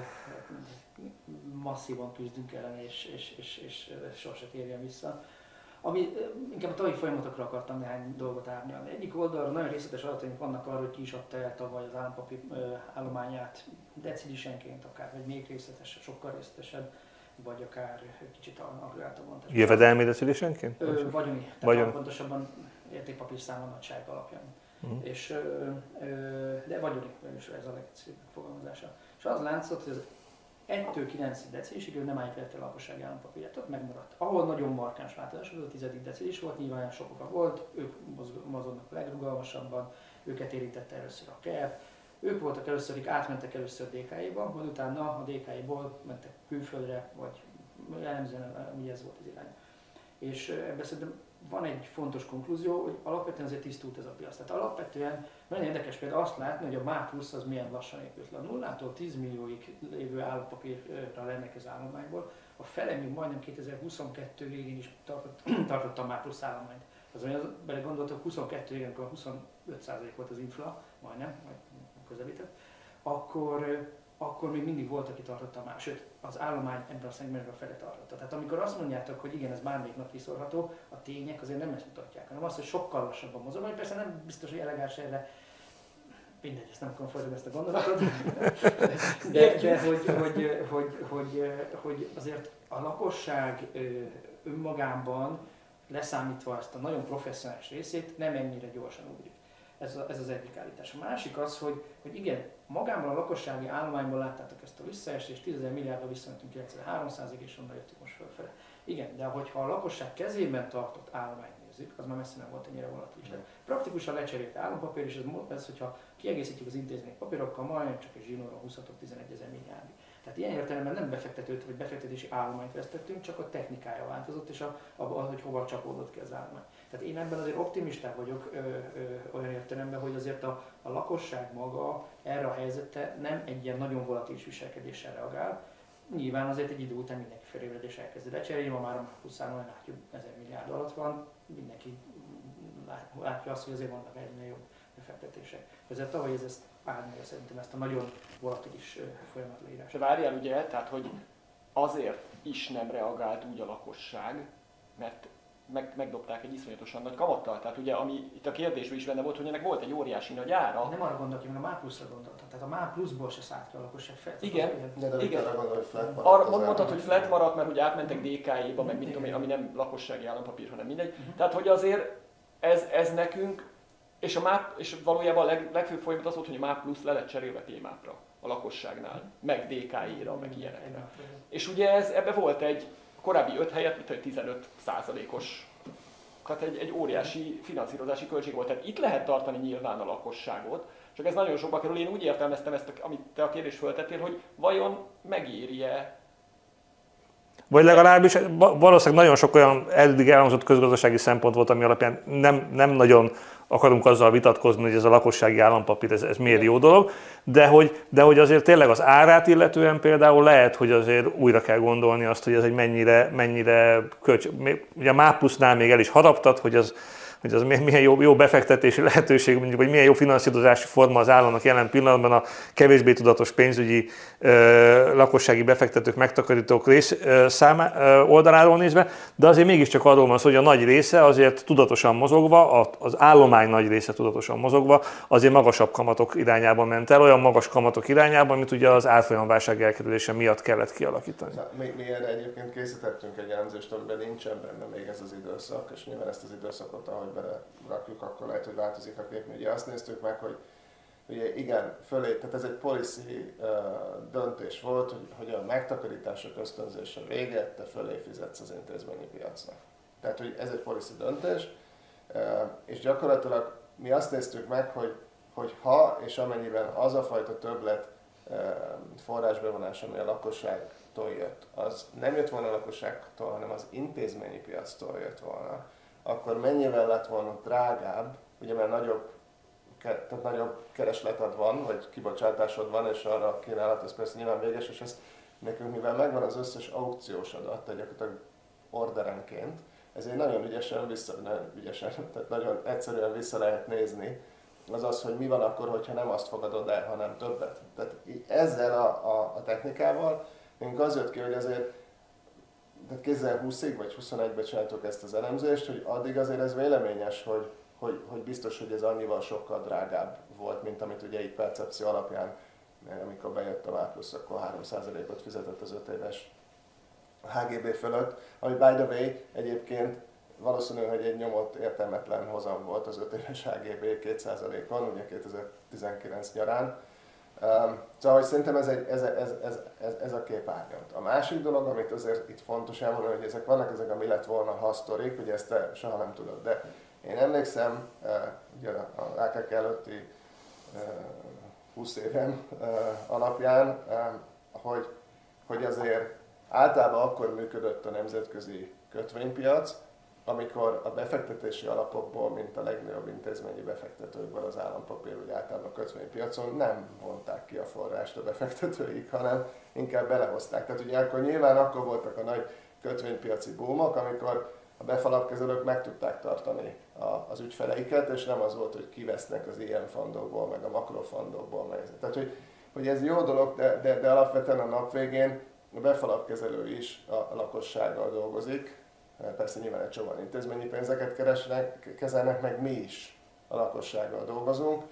masszívan küzdünk ellen, és sosem térjen vissza. Inkább a tavalyi folyamatokra akartam néhány dolgot árnyalni. Egyik oldalról nagyon részletes adataink vannak arra, hogy ki is adta el tavaly az állampapír állományát decidisenként, akár vagy még részletesebb, sokkal részletesebb, vagy akár kicsit agregáltabban. Jövedelmi decidisenként? Vagyoni. Tehát pontosabban értékpapír száma nagyság alapján. De vagyoni, ez a legegyszerűbb fogalmazása. És az látszott, hogy az 1-től 9 decilisig nem állt vette a lakossági állampapírját, ott megmaradt. Ahol nagyon markáns változás volt, a 10. decilis volt, nyilván sok oka volt, ők mozognak a legrugalmasabban, őket érintette először a KEP, ők voltak először, akik átmentek először DK-ba, majd utána a DK-ból mentek külföldre, vagy jellemzően ugye ez volt az irány. És ebben szerintem van egy fontos konklúzió, hogy alapvetően azért tisztult ez a piac. Tehát alapvetően nagyon érdekes például azt látni, hogy a MÁ plusz az milyen lassan épült le. A 0-tól 10 millióig lévő állampapírra rendelkező állományból, a fele még majdnem 2022 végén is tartotta a MÁ plusz állományt. Azon belegondoltok, 22 végén, amikor 25% volt az infla, majdnem, majd közelített, akkor még mindig volt, aki tartotta már, sőt, az állomány ebben a szegmensben fele tartotta. Tehát amikor azt mondjátok, hogy igen, ez bármelyik nap kiszorható, a tények azért nem ezt mutatják, hanem azt, hogy sokkal lassabban mozog, vagy persze nem biztos, hogy elegáns erre, mindegy, ezt nem akarom folytatni ezt a gondolatot, de hogy azért a lakosság önmagában, leszámítva ezt a nagyon professzionális részét, nem ennyire gyorsan ugrik. Ez az egyik állítás. A másik az, hogy igen, magában a lakossági állományból láttátok ezt a visszaesést, 10 milliárdra visszamentünk 93%, és onnan jöttünk most fölfele. Igen, de hogyha a lakosság kezében tartott állományt nézzük, az már messze nem volt ennyire volatilis. Praktikusan lecserélt állampapír, és ez, hogyha kiegészítjük az intézmény papírokkal, majdnem csak egy zsinórban 20-11 ezer milliárdig. Tehát ilyen értelemben nem befektetőt vagy befektetési állományt vesztettünk, csak a technikája változott, és hogy hova csapódott ki az állomány. Tehát én ebben azért optimistá vagyok olyan értelemben, hogy azért a lakosság maga erre a helyzetre nem egy ilyen nagyon volatilis viselkedéssel reagál. Nyilván azért egy idő után mindenki felébredés elkezdi lecserélni, ma már a pluszáron látjuk 1000 milliárd alatt van, mindenki látja azt, hogy azért vannak egyre jobb befektetések. Ezért tavaly ez árnyalja szerintem ezt a nagyon volatilis folyamat leírását. De várjál ugye, tehát hogy azért is nem reagált úgy a lakosság, mert megdobták egy iszonyatosan nagy kamattal. Tehát ugye, ami itt a kérdésben is benne volt, hogy ennek volt egy óriási nagy ára. Én nem arra gondolok, hogy a MÁ pluszra gondoltam. Tehát a MÁ pluszból se szállt ki a lakosság fel. Igen. Igen. Arra gondol, hogy flat maradt. Mondtad, hogy flat maradt, mert hogy átmentek DK-ba, meg mit tudom én, ami nem lakossági állampapír, hanem mindegy. Tehát, hogy azért ez nekünk, és valójában a legfőbb folyamat az volt, hogy a MÁ plusz le lett cserélve témákra a lakosságnál, meg DK-ra, meg ilyenekre. És ugye ebbe volt egy korábbi 5 helyett, mint egy 15%-os, tehát egy óriási finanszírozási költség volt. Tehát itt lehet tartani nyilván a lakosságot, csak ez nagyon sokba kerül. Én úgy értelmeztem ezt, amit te a kérdést föltettél, hogy vajon megéri-e. Vagy legalábbis valószínűleg nagyon sok olyan eddig elhangzott közgazdasági szempont volt, ami alapján nem nagyon akarunk azzal vitatkozni, hogy ez a lakossági állampapír, ez miért jó dolog, de hogy azért tényleg az árát illetően például lehet, hogy azért újra kell gondolni azt, hogy ez egy mennyire ugye a MÁ plusznál még el is haraptat, hogy az milyen jó befektetési lehetőség, mondjuk, vagy milyen jó finanszírozási forma az államnak jelen pillanatban a kevésbé tudatos pénzügyi lakossági befektetők, megtakarítók oldaláról nézve, de azért mégiscsak arról van szó, hogy a nagy része azért tudatosan mozogva, az állomány nagy része tudatosan mozogva, azért magasabb kamatok irányába ment el, olyan magas kamatok irányába, amit ugye az árfolyamválság elkerülése miatt kellett kialakítani. Mi erre egyébként készítettünk egy elemzést, amiben nincsen benne még ez az időszak, és nyilván ezt az időszakot, ahogy belerakjuk, akkor lehet, hogy változik a kép. Ugye azt néztük meg, hogy ugye igen, tehát ez egy policy döntés volt, hogy a megtakarítások ösztönzése véget, te fölé fizetsz az intézményi piacnak. Tehát, hogy ez egy policy döntés, és gyakorlatilag mi azt néztük meg, hogy ha és amennyiben az a fajta többlet forrásbevonás, ami a lakosságtól jött, az nem jött volna a lakosságtól, hanem az intézményi piactól jött volna, akkor mennyivel lett volna drágább, ugye mert nagyobb keresleted van, vagy kibocsátásod van, és arra a kínálat, ez persze nyilván véges, és ez nekünk, mivel megvan az összes aukciós adat, gyakorlatilag orderenként, ezért nagyon tehát nagyon egyszerűen vissza lehet nézni, az, hogy mi van akkor, hogyha nem azt fogadod el, hanem többet. Tehát ezzel a technikával nekünk az jött ki, hogy azért tehát 2020-ig vagy 21-ben csináltuk ezt az elemzést, hogy addig azért ez véleményes, hogy biztos, hogy ez annyival sokkal drágább volt, mint amit ugye így percepció alapján, amikor bejött a MÁ plusz, akkor 3%-ot fizetett az 5 éves HGB fölött, ami by the way egyébként valószínű, hogy egy nyomott értelmetlen hozam volt az 5 éves HGB 2%-on, ugye 2019 nyarán. Szóval hogy szerintem ez a kép árnyalt. A másik dolog, amit azért itt fontos elmondani, hogy vannak ezek a mi lett volna ha sztorik, ugye ezt te soha nem tudod, de én emlékszem, ugye az AKK előtti 20 évem alapján, hogy azért általában akkor működött a nemzetközi kötvénypiac, amikor a befektetési alapokból, mint a legnagyobb intézményi befektetőkből az állampapír, úgy általában a kötvénypiacon nem vonták ki a forrást a befektetőik, hanem inkább belehozták. Tehát ugye akkor voltak a nagy kötvénypiaci boomok, amikor a befalapkezelők meg tudták tartani az ügyfeleiket, és nem az volt, hogy kivesznek az ilyen fondokból, meg a makrofondokból. Tehát, hogy ez jó dolog, de alapvetően a nap végén a befalapkezelő is a lakossággal dolgozik. Persze nyilván egy csomóan intézményi pénzeket kezelnek, meg mi is a lakossággal dolgozunk.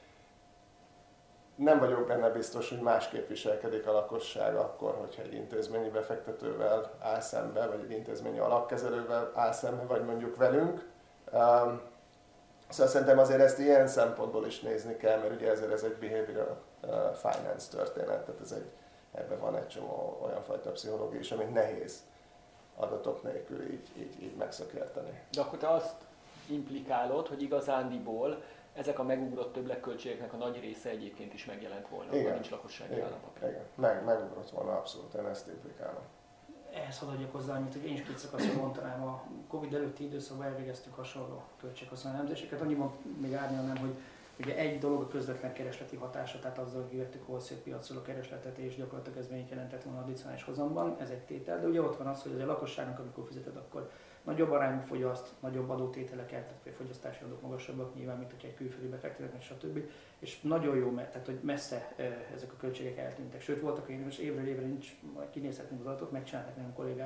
Nem vagyok benne biztos, hogy másképp viselkedik a lakosság akkor, hogyha egy intézményi befektetővel áll szembe, vagy egy intézményi alapkezelővel áll szembe, vagy mondjuk velünk. Szóval szerintem azért ezt ilyen szempontból is nézni kell, mert ugye ezért ez egy behavioral finance történet, tehát ebben van egy csomó olyan fajta pszichológia is, amit nehéz adatok nélkül így megszakérteni. De akkor te azt implikálod, hogy igazándiból ezek a megugrott többletköltségeknek a nagy része egyébként is megjelent volna, ha nincs lakossági állampapír. Igen, megugrott volna abszolút, én ezt implikálom. Ehhez hadd adjak hozzá annyit, hogy én is két szakaszra mondanám, a Covid előtti időszakban elvégeztük hasonló költséghaszon elemzéseket. Annyiban még árnyalnám, hogy ugye egy dolog a közvetlen keresleti hatása, tehát azzal, hogy kivettük wholesale piacról a keresletet, és gyakorlatilag ez mennyit jelentett volna addicionális hozamban, ez egy tétel, de ugye ott van az, hogy a lakosságnak, amikor fizeted, akkor nagyobb arányú fogyaszt, nagyobb adótételek el, tehát például fogyasztási adók magasabbak nyilván, mint hogy egy külföldi befektetőnek, stb. És nagyon jó, tehát hogy messze ezek a költségek eltűntek. Sőt, voltak én most évről évre nincs, majd kinézhetünk az adatot, megcsinálták nem kollégáim,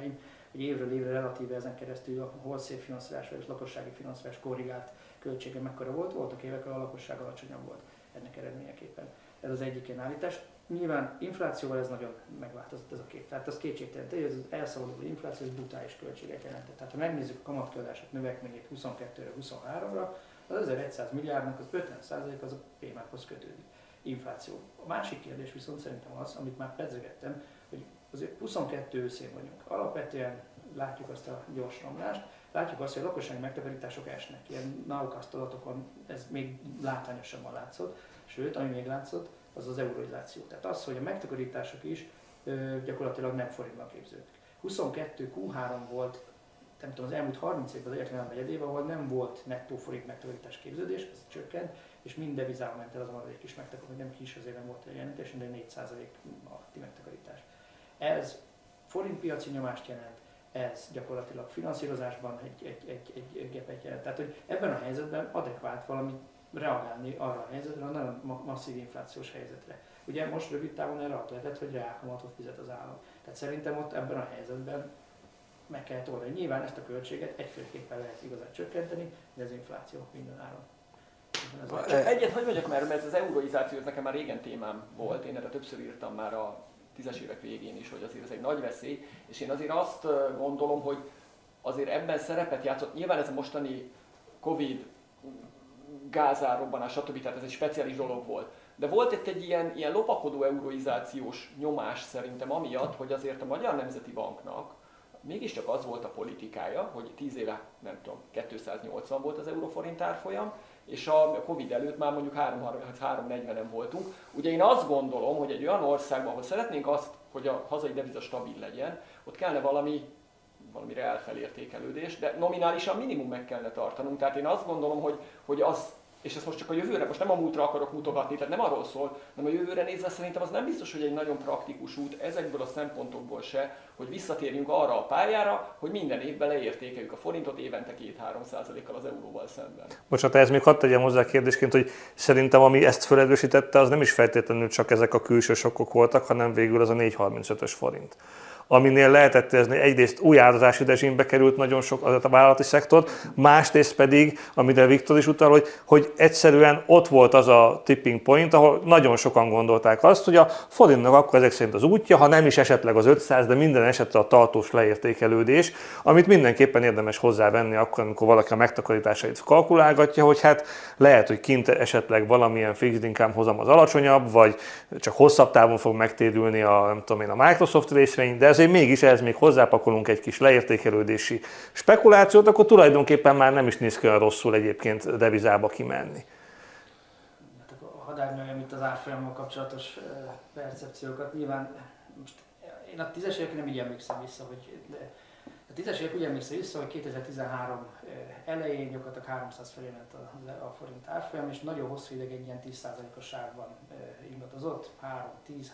hogy évről évre relatíve ezen keresztül a wholesale finanszírozás vagy a lakossági finanszírozás korrigált költsége mekkora volt, voltak évek, ahol a lakosság alacsonyabb volt ennek eredményeképpen. Ez az egyik ilyen állítás. Nyilván inflációval ez nagyon megváltozott ez a kép. Tehát az kétségtelen, hogy ez az elszabaduló infláció ez brutális költséget jelentett. Tehát ha megnézzük a kamatkiadások növekményét 22-re, 23-ra, az 1100 milliárdnak az 50% az a PMAQ-hoz kötődik. Infláció. A másik kérdés viszont szerintem az, amit már pedzegettem, hogy azért 22 őszén vagyunk. Alapvetően látjuk azt a gyors romlást, látjuk azt, hogy a lakossági megtakarítások esnek. Ilyen nowcast adatokon ez még látványosabban látszott, sőt, ami még látszott, az az euroizáció. Tehát az, hogy a megtakarítások is gyakorlatilag nem forintban képződnek. 22 Q3 volt, nem tudom, az elmúlt 30 évben, az egyetlen negyedében, ahol nem volt nettó forint megtakarítás képződés, ez csökkent, és mind devizával ment el az a maradék kis megtakarítás, nem kis, azért nem volt jelentés, de 4% alatti megtakarítás. Ez forintpiaci nyomást jelent, ez gyakorlatilag finanszírozásban egy gepet jelent. Tehát, hogy ebben a helyzetben adekvált valami reagálni arra a helyzetre, a nagyon masszív inflációs helyzetre. Ugye most rövid távon erre lehetett, hogy reálkamatot fizet az állam. Tehát szerintem ott ebben a helyzetben meg kell oldani. Nyilván ezt a költséget egyféleképpen lehet igazán csökkenteni, de ez infláció minden áron. Csak egyet hogy vagyok, mert ez az euroizáció, ez nekem már régen témám volt, én erre többször írtam már a 10-es évek végén is, hogy azért ez egy nagy veszély, és én azért azt gondolom, hogy azért ebben szerepet játszott, nyilván ez a mostani Covid, gázárrobbanás, stb. Tehát ez egy speciális dolog volt. De volt itt egy ilyen lopakodó euroizációs nyomás szerintem amiatt, hogy azért a Magyar Nemzeti Banknak mégiscsak az volt a politikája, hogy 10 éve, nem tudom, 280 volt az euróforint árfolyam, és a Covid előtt már mondjuk 340-en voltunk. Ugye én azt gondolom, hogy egy olyan országban, ahol szeretnénk azt, hogy a hazai deviza stabil legyen, ott kellene valami reál felértékelődés, de nominálisan minimum meg kellene tartanunk. Tehát én azt gondolom, hogy az, és ezt most csak a jövőre, most nem a múltra akarok mutogatni, tehát nem arról szól, hanem a jövőre nézve szerintem az nem biztos, hogy egy nagyon praktikus út ezekből a szempontokból se, hogy visszatérjünk arra a pályára, hogy minden évben leértékeljük a forintot évente 2-3%-kal az euróval szemben. Bocsánat, ez még hadd tegyem hozzá kérdésként, hogy szerintem ami ezt felerősítette, az nem is feltétlenül csak ezek a külső sokkok voltak, hanem végül az a 4,35-ös forint, aminél lehetett érezni, egyrészt új árazási rezsimbe került nagyon sok az a vállalati szektor, másrészt pedig, amire Viktor is utal, hogy egyszerűen ott volt az a tipping point, ahol nagyon sokan gondolták azt, hogy a forintnak akkor ezek szerint az útja, ha nem is esetleg az 500, de minden esetre a tartós leértékelődés, amit mindenképpen érdemes hozzávenni akkor, amikor valaki a megtakarításait kalkulálgatja, hogy hát lehet, hogy kint esetleg valamilyen fixed income hozam az alacsonyabb, vagy csak hosszabb távon fog megtérülni a Microsoft részvény, de ezért mégis ehhez még hozzápakolunk egy kis leértékelődési spekulációt, akkor tulajdonképpen már nem is néz ki olyan rosszul egyébként devizába kimenni. Hadd árnyaljam itt az árfolyammal kapcsolatos percepciókat. Nyilván most én a 10-es évekre nem így emlékszem vissza, hogy a 10-es évek úgy emlékszem vissza, hogy 2013 elején gyakorlatilag 300 felé ment a forint árfolyam, és nagyon hosszú ideig egy ilyen 10%-os sávban ingatozott, 3-10,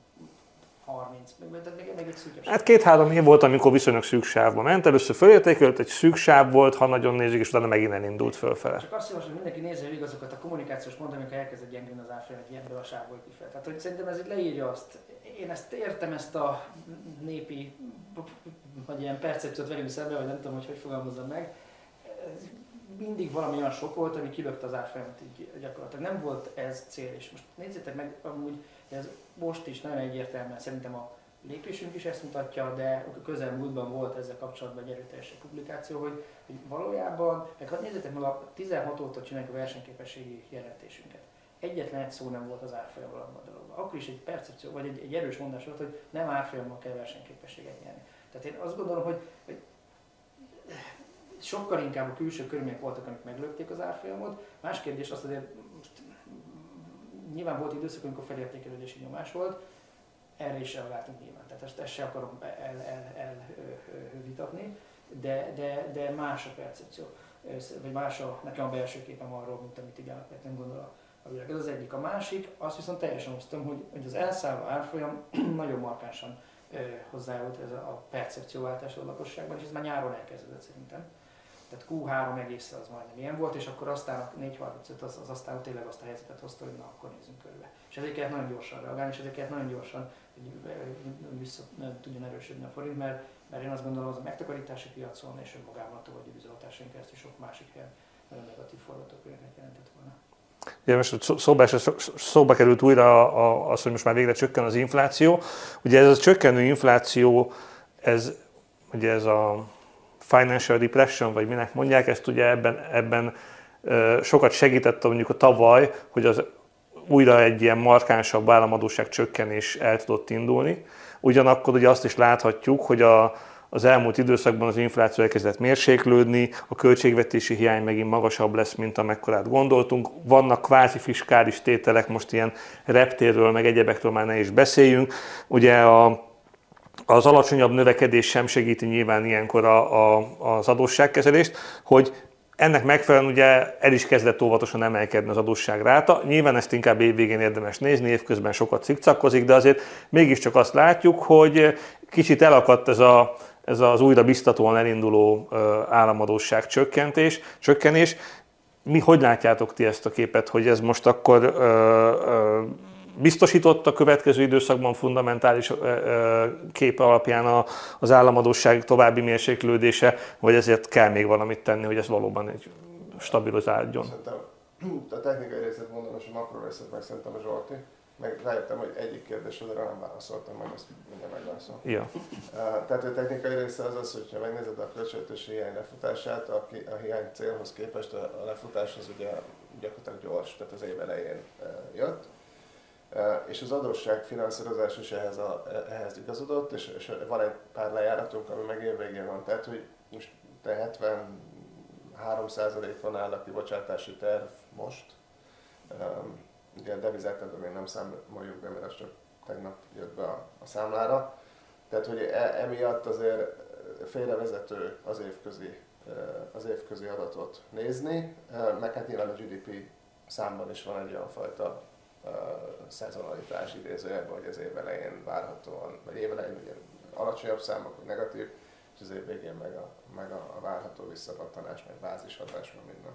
30, meg egy szűkös. Hát 2-3 év volt, amikor viszonylag szűk sávba ment. Először fölértékelt, egy szűk sáv volt, ha nagyon nézzük, és utána megint elindult fölfele. Csak azt javaslom, hogy mindenki nézze végig azokat a kommunikációs mondatok, amikor elkezdett gyengülni az árfolyam, hogy ilyenből a sávból kifele. Tehát, hogy szerintem ez így leírja azt. Én ezt értem, ezt a népi, vagy ilyen percepciót velünk szemben, vagy nem tudom, hogy fogalmazzam meg. Mindig valami olyan sok volt, ami kilökte az árfolyamot így gyakorlatilag. Nem volt ez cél, és most nézzétek meg, amúgy ez most is nagyon egyértelműen szerintem a lépésünk is ezt mutatja, de a közelmúltban volt ezzel kapcsolatban egy erőteljes publikáció, hogy valójában, hát nézzétek meg, a 16 óta csináljuk a versenyképességi jelentésünket. Egyetlen egy szó nem volt az árfolyamról abban a dologban. Akkor is egy percepció, vagy egy erős mondás volt, hogy nem árfolyammal kell versenyképességet nyerni. Tehát én azt gondolom, hogy sokkal inkább a külső körülmények voltak, amik meglökték az árfolyamot. Más kérdés az, hogy most nyilván volt időszak, amikor felértékelődési nyomás volt, erre is reagáltunk nyilván, tehát ezt se akarom elvitatni, de más a percepció, vagy más nekem a belső képem arról, mint amit így alapvetően gondol a világ. Ez az egyik. A másik, azt viszont teljesen osztom, hogy az elszálló árfolyam nagyon markánsan hozzájárult ez a percepcióváltás a lakosságban, és ez már nyáron elkezdődött szerintem. Tehát Q3 egészen az majdnem ilyen volt, és akkor aztán a 4.35 az aztán tényleg azt a helyzetet hozta, hogy na, akkor nézzünk körbe. És ezért kellett nagyon gyorsan reagálni, és ezért kellett nagyon gyorsan, hogy vissza tudjon erősödni a forint, mert én azt gondolom, az a megtakarítási piacon és önmagában a további keresztül sok másik helyen nagyon negatív forgatókönyveket jelentett volna. Ugye most szóba került újra az, hogy most már végre csökken az infláció. Ugye ez a csökkenő infláció, ugye ez a financial depression, vagy minek mondják, ezt ugye ebben sokat segített mondjuk a tavaly, hogy az újra egy ilyen markánsabb államadósság csökkenés el tudott indulni. Ugyanakkor ugye azt is láthatjuk, hogy az elmúlt időszakban az infláció elkezdett mérséklődni, a költségvetési hiány megint magasabb lesz, mint amekkorát gondoltunk. Vannak kvázi fiskális tételek, most ilyen reptérről, meg egyebekről már ne is beszéljünk. Ugye az alacsonyabb növekedés sem segíti nyilván ilyenkor az adósságkezelést, hogy ennek megfelelően ugye el is kezdett óvatosan emelkedni az adósságráta. Nyilván ezt inkább évvégén érdemes nézni, évközben sokat cikcakkozik, de azért mégiscsak azt látjuk, hogy kicsit elakadt ez az újra biztatóan elinduló államadósság csökkenés. Hogy látjátok ti ezt a képet, hogy ez most akkor biztosított a következő időszakban fundamentális kép alapján az államadósság további mérséklődése, vagy ezért kell még valamit tenni, hogy ez valóban egy stabilizálódjon? Szerintem a technikai részét mondom, és a makro részét meg szerintem a Zsolti. Meg rájöttem, hogy egyik kérdésre nem válaszoltam meg, ezt mindjárt megválaszolom. Ja. Tehát a technikai része az, hogyha megnézed a költségvetési hiány lefutását, a hiány célhoz képest a lefutás az ugye gyakorlatilag gyors, tehát az év elején jött. És az adósság finanszírozás is ehhez igazodott, és van egy pár lejáratunk, ami meg évvégén van. Tehát, hogy most 73%-on áll a kibocsátási terv most. Ugye a devizát ebben még nem számoljuk be, mert az csak tegnap jött be a számlára. Tehát, hogy emiatt azért félrevezető az évközi adatot nézni, meg hát nyilván a GDP számban is van egy olyan fajta szezonalitás idézőjelben, hogy az év elején várhatóan, vagy év elején ugye alacsonyabb számok, vagy negatív, és az év végén meg a várható visszapattanás, meg bázishatás, meg minden.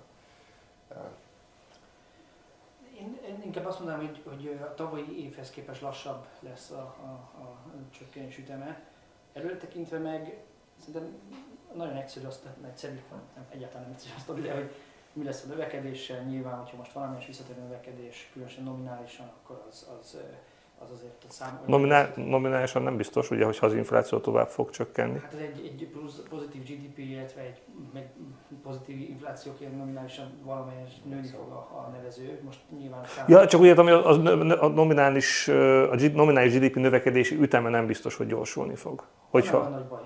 Én inkább azt mondanám, hogy a tavalyi évhez képest lassabb lesz a csökkenés üteme. Előre tekintve meg szerintem nagyon egyszerű, egyáltalán nem egyszerű azt a ide, hogy mi lesz a növekedéssel. Nyilván, hogyha most valamilyen visszatérő növekedés, különösen nominálisan, akkor az azért a szám... Nominálisan nem biztos, ugye, hogyha az infláció tovább fog csökkenni. Hát ez egy pozitív GDP, illetve egy pozitív inflációként nominálisan valamelyes nőni fog a nevező. Most nyilván Ja, csak úgy értem, hogy a nominális GDP növekedési üteme nem biztos, hogy gyorsulni fog. Hogyha... Nem, nagy baj.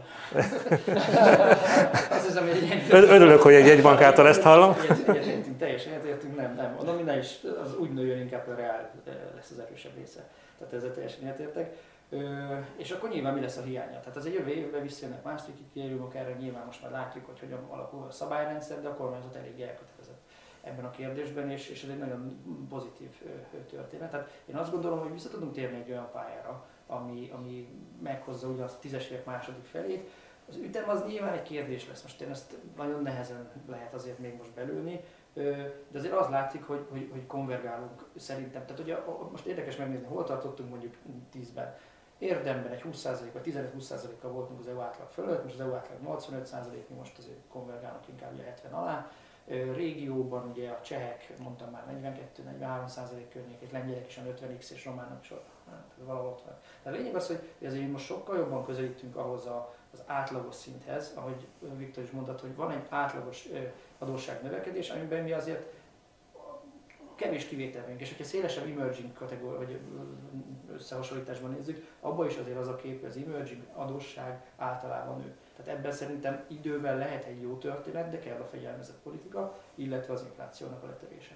Örülök, hogy egy jegybank által ezt hallom. Teljesen egyetértünk, nem. A nominális az úgy nőjön, inkább a reál lesz az erősebb része. Tehát ezzel teljesen egyetértek. És akkor nyilván mi lesz a hiánya? Tehát az jövő évben visszajönnek Maastrichti kritériumok, erre nyilván most már látjuk, hogy hogyan alakul a szabályrendszer, de a kormányzat elég elkötelezett ebben a kérdésben, és ez egy nagyon pozitív történet. Tehát én azt gondolom, hogy vissza tudunk térni egy olyan pályára, ami meghozza ugye a 10-es évek második felét. Az ütem az nyilván egy kérdés lesz, most én ezt nagyon nehezen lehet azért még most belülni, de azért az látszik, hogy konvergálunk szerintem. Tehát ugye most érdekes megnézni, hol tartottunk mondjuk 10-ben. Érdemben egy 20% vagy 15-20%-kal voltunk az EU átlag fölött, most az EU átlag 85%, mi most azért konvergálunk inkább ugye 70 alá. Régióban ugye a csehek, mondtam már 42-43% környékét, lengyelek is a 50x és románok is valahol ott van. De a lényeg az, hogy azért most sokkal jobban közelítünk ahhoz az átlagos szinthez, ahogy Viktor is mondta, hogy van egy átlagos adósságnövekedés, amiben mi azért kevés kivétel vagyunk, és hogyha szélesebb emerging kategória vagy összehasonlításban nézzük, abban is azért az a kép, hogy az emerging adósság általában nő. Tehát ebben szerintem idővel lehet egy jó történet, de kell a fegyelmezett politika, illetve az inflációnak a letörése.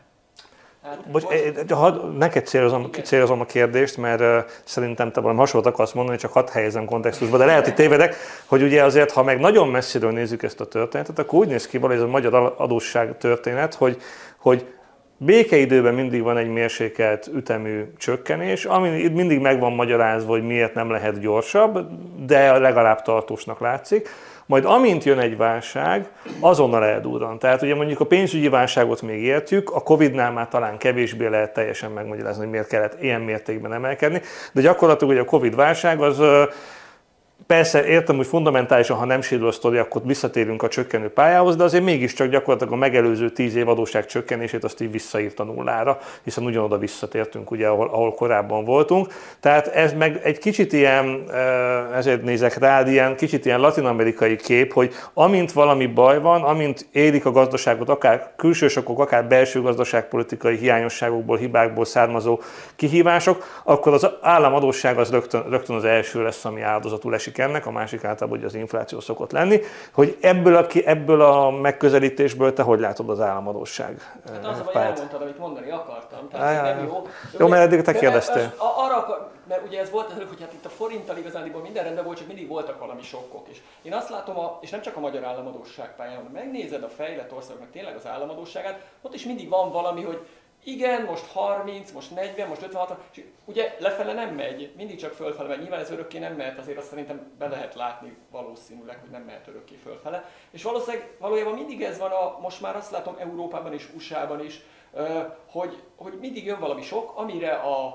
Neked célozom a kérdést, mert szerintem te valami hasonlót akarsz mondani, csak hadd helyezem kontextusba, de lehet, hogy tévedek, hogy ugye azért, ha meg nagyon messziről nézzük ezt a történetet, akkor úgy néz ki valahogy ez a magyar adósság történet, hogy békeidőben mindig van egy mérsékelt ütemű csökkenés, ami mindig meg van magyarázva, hogy miért nem lehet gyorsabb, de legalább tartósnak látszik. majd amint jön egy válság, azonnal eldurran. Tehát ugye mondjuk a pénzügyi válságot még értjük, a Covid-nál már talán kevésbé lehet teljesen megmagyarázni, hogy miért kellett ilyen mértékben emelkedni, de gyakorlatilag ugye a Covid válság az persze értem, hogy fundamentálisan, ha nem sérül a sztori, akkor visszatérünk a csökkenő pályához, de azért mégiscsak gyakorlatilag a megelőző 10 év adósság csökkenését azt így visszaírta nullára, hiszen ugyanoda visszatértünk, ugye, ahol korábban voltunk. Tehát ez meg egy kicsit ilyen, ezért nézek rád, ilyen kicsit ilyen latin-amerikai kép, hogy amint valami baj van, amint érik a gazdaságot, akár külső sokok, akár belső gazdaságpolitikai hiányosságokból, hibákból származó kihívások, akkor az államadósság az rögtön az első lesz, ami áldozatul esik ennek, a másik általában ugye az infláció szokott lenni, hogy ebből a megközelítésből te hogy látod az államadósság hát az, hogy pályát? elmondtad, amit mondani akartam, tehát nem jó. Jó, mert eddig te kérdeztél. Mert ugye ez volt előbb, hogy hát itt a forinttal igazándiból minden rendben volt, csak mindig voltak valami sokkok is. Én azt látom, és nem csak a magyar államadósság pályán, hanem megnézed a fejlett országoknak tényleg az államadósságát, ott is mindig van valami, hogy igen, most 30, most 40, most 56, és ugye lefele nem megy, mindig csak fölfele megy. Nyilván ez örökké nem mehet, azért azt szerintem be lehet látni valószínűleg, hogy nem mehet örökké fölfele. És valójában mindig ez van, most már azt látom Európában és USA-ban is, hogy mindig jön valami sok, amire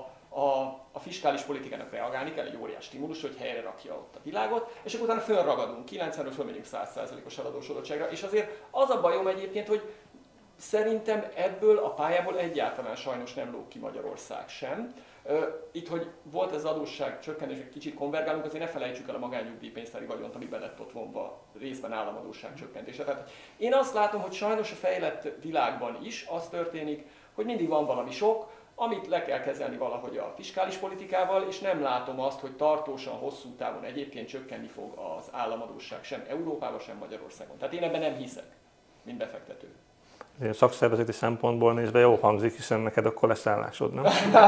a fiskális politikának reagálni kell, egy óriás stimulus, hogy helyre rakja ott a világot, és akkor utána fölragadunk, 90-ről fölmegyünk 100%-os eladósodottságra. És azért az a bajom egyébként, hogy szerintem ebből a pályából egyáltalán sajnos nem lóg ki Magyarország sem. Itt, hogy volt ez az adósság csökkenés, hogy kicsit konvergálunk, azért ne felejtsük el a magánnyugdíjpénztári vagyont, ami be lett ott vonva részben államadósság csökkentése. Tehát én azt látom, hogy sajnos a fejlett világban is az történik, hogy mindig van valami sok, amit le kell kezelni valahogy a fiskális politikával, és nem látom azt, hogy tartósan, hosszú távon egyébként csökkenni fog az államadósság sem Európában, sem Magyarországon. Tehát én ebben nem hiszek, mint befektető. Szakszervezeti szempontból nézve jó hangzik, hiszen neked akkor lesz állásod, nem?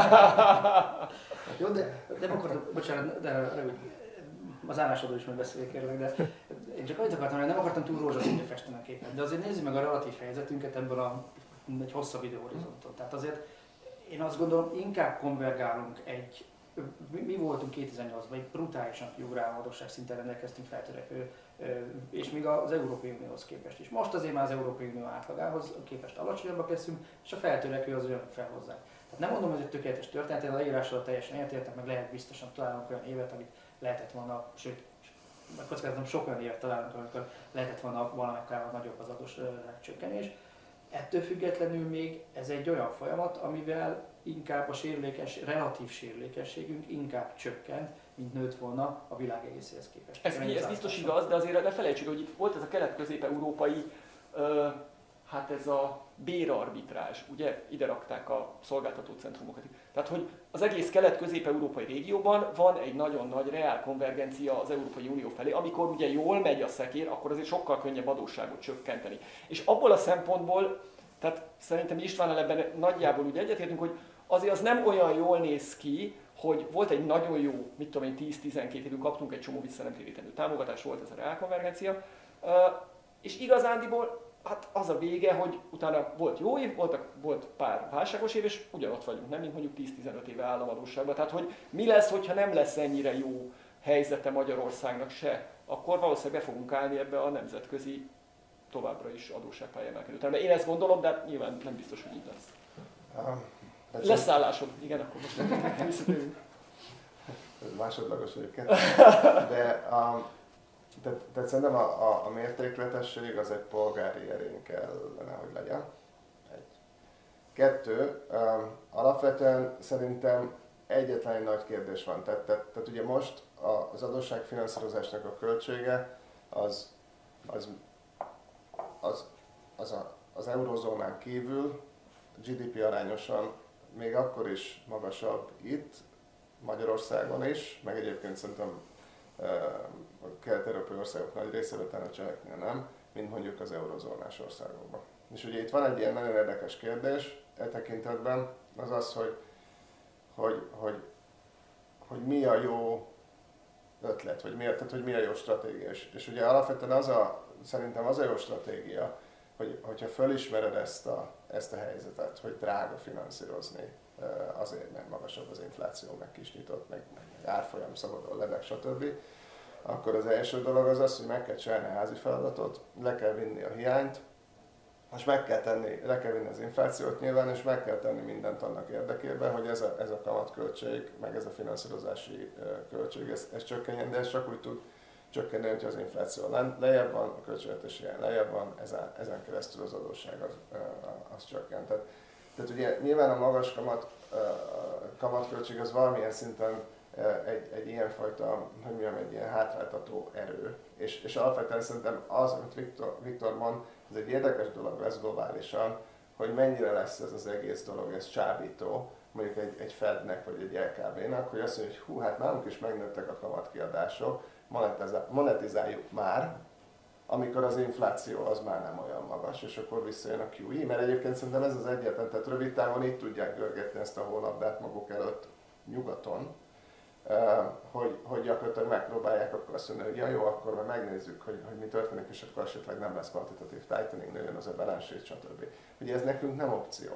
Jó, de nem akartam, bocsánat, de az állásodról is majd beszéljek kérlek, de én csak annyit akartam, hogy nem akartam túl rózsaszínre festeni a képet, de azért nézzük meg a relatív helyzetünket ebből egy hosszabb időhorizonton. Tehát azért én azt gondolom, inkább konvergálunk mi voltunk 2008-ban, egy brutálisan kiugráló adósság szinten rendelkeztünk feltörekvő, és még az Európai Unióhoz képest is. Most azért már az Európai Unió átlagához képest alacsonyabbak leszünk, és a feltörekvő az olyan felhozzák. Tehát nem mondom, hogy ez egy tökéletes történet, én a leírással teljesen egyetértek, meg lehet biztosan találunk olyan évet, amit lehetett volna, sőt, kockáztatom, sok olyan évet találunk, amikor lehetett volna valamikor nagyobb az adósság csökkenés. Ettől függetlenül még ez egy olyan folyamat, amivel inkább a relatív sérülékenységünk inkább csökkent, mint nőtt volna a világ egészéhez képest. Ez biztos igaz, de azért ne felejtsük, hogy itt volt ez a kelet-közép-európai, hát ez a bérarbitrázs, ugye ide rakták a szolgáltatócentrumokat. Tehát, hogy az egész kelet-közép-európai régióban van egy nagyon nagy reál konvergencia az Európai Unió felé, amikor ugye jól megy a szekér, akkor azért sokkal könnyebb adósságot csökkenteni. És abból a szempontból, tehát szerintem Istvánnal ebben nagyjából úgy egyetértünk, hogy azért az nem olyan jól néz ki, hogy volt egy nagyon jó, mit tudom én, 10-12 évünk, kaptunk egy csomó visszanemtérítendő támogatás, volt ez a reálkonvergencia, és igazándiból hát az a vége, hogy utána volt jó év, volt pár válságos év, és ugyanott vagyunk, nem mint mondjuk 10-15 éve államadósságban. Tehát, hogy mi lesz, hogyha nem lesz ennyire jó helyzete Magyarországnak se, akkor valószínűleg be fogunk állni ebbe a nemzetközi továbbra is adósságpályaemelkedő terembe. Én ezt gondolom, de nyilván nem biztos, hogy így lesz. Lesz állásod? Igen, akkor most visszatérünk. Ez másodlagos egyébként. De tehát szerintem a mértékletesség az egy polgári erény kellene, hogy legyen. Kettő, alapvetően szerintem egyetlen egy nagy kérdés van. Tehát ugye most az adósságfinanszírozásnak a költsége az eurozónán kívül GDP arányosan még akkor is magasabb itt, Magyarországon is, meg egyébként szerintem a kelet-európai országok nagy részéről a cseleknél nem, mint mondjuk az eurozónás országokban. És ugye itt van egy ilyen nagyon érdekes kérdés e tekintetben, az az, hogy mi a jó ötlet, vagy mi a jó stratégia. És ugye alapvetően szerintem az a jó stratégia, hogyha fölismered ezt a helyzetet, hogy drága finanszírozni, azért, mert magasabb az infláció, meg kis nyitott, meg árfolyam szabadon lebeg, stb. akkor az első dolog az az, hogy meg kell csinálni a házi feladatot, le kell vinni a hiányt, és le kell vinni az inflációt nyilván, és meg kell tenni mindent annak érdekében, hogy ez a kamatköltség, meg ez a finanszírozási költség, ez csökkenjen, de ez csak úgy tud csökkenni, hogyha az infláció lejjebb van, a költségvetési hiány lejjebb van, ezen keresztül az adósság az csökkent. Tehát ugye nyilván a magas kamatköltség az valamilyen szinten egy ilyenfajta, hogy mondjam, egy ilyen hátráltató erő. És alapvetően szerintem az, amit Viktor mond, ez egy érdekes dolog lesz globálisan, hogy mennyire lesz ez az egész dolog, ez csábító, mondjuk egy Fednek vagy egy LKB-nak, hogy azt mondja, hogy hú, hát nálunk is megnőttek a kamatkiadások, monetizáljuk már, amikor az infláció az már nem olyan magas, és akkor visszajön a QE, mert egyébként szerintem ez az egyetlen, tehát rövid távon itt tudják görgetni ezt a hónapdát maguk előtt nyugaton, hogy gyakorlatilag megpróbálják akkor azt mondani, hogy ja, jó, akkor majd megnézzük, hogy mi történik, és akkor esetleg nem lesz kvantitatív tightening, nőjön az a balance sheet, stb. Ugye ez nekünk nem opció.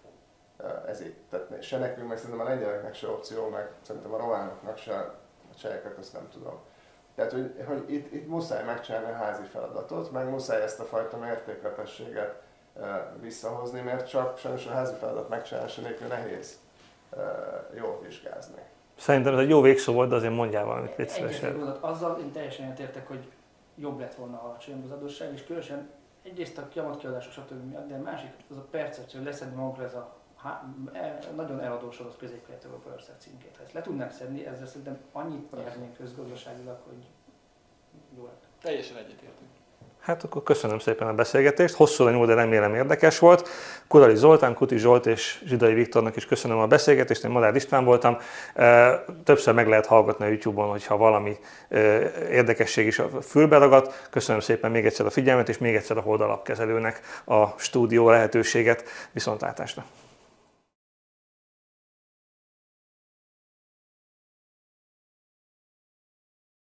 Ez így. Tehát se nekünk, meg szerintem a lengyeleknek se opció, meg szerintem a románoknak se, a cseheknek azt nem tudom. Tehát, hogy itt muszáj megcsinálni a házi feladatot, meg muszáj ezt a fajta mértékletességet visszahozni, mert csak sajnos a házi feladat megcsinálása nélkül nehéz jól vizsgázni. Szerintem ez egy jó végszó volt, de azért mondjál valamit viccesen. Azzal én teljesen egyetértek, hogy jobb lett volna, ha alacsonyabb az adósság, és különösen egyrészt a kamatkiadások stb. Miatt, de a másik az a percepció, hogy leszedni magunkra ez a nagyon eladósodott közép-kelet-európai ország címkét. Ha ezt le tudnánk szedni, ezzel szerintem annyit nyernénk közgazdaságilag, hogy jó lett. Teljesen egyetértünk. Hát akkor köszönöm szépen a beszélgetést, hosszú nyúl, de remélem érdekes volt. Kurali Zoltán, Kuti Zsolt és Zsidai Viktornak is köszönöm a beszélgetést, én Molnár István voltam. Többször meg lehet hallgatni a YouTube-on, hogyha valami érdekesség is a fülbe ragadt. Köszönöm szépen még egyszer a figyelmet, és még egyszer a Hold alapkezelőnek a stúdió lehetőséget. Viszontlátásra!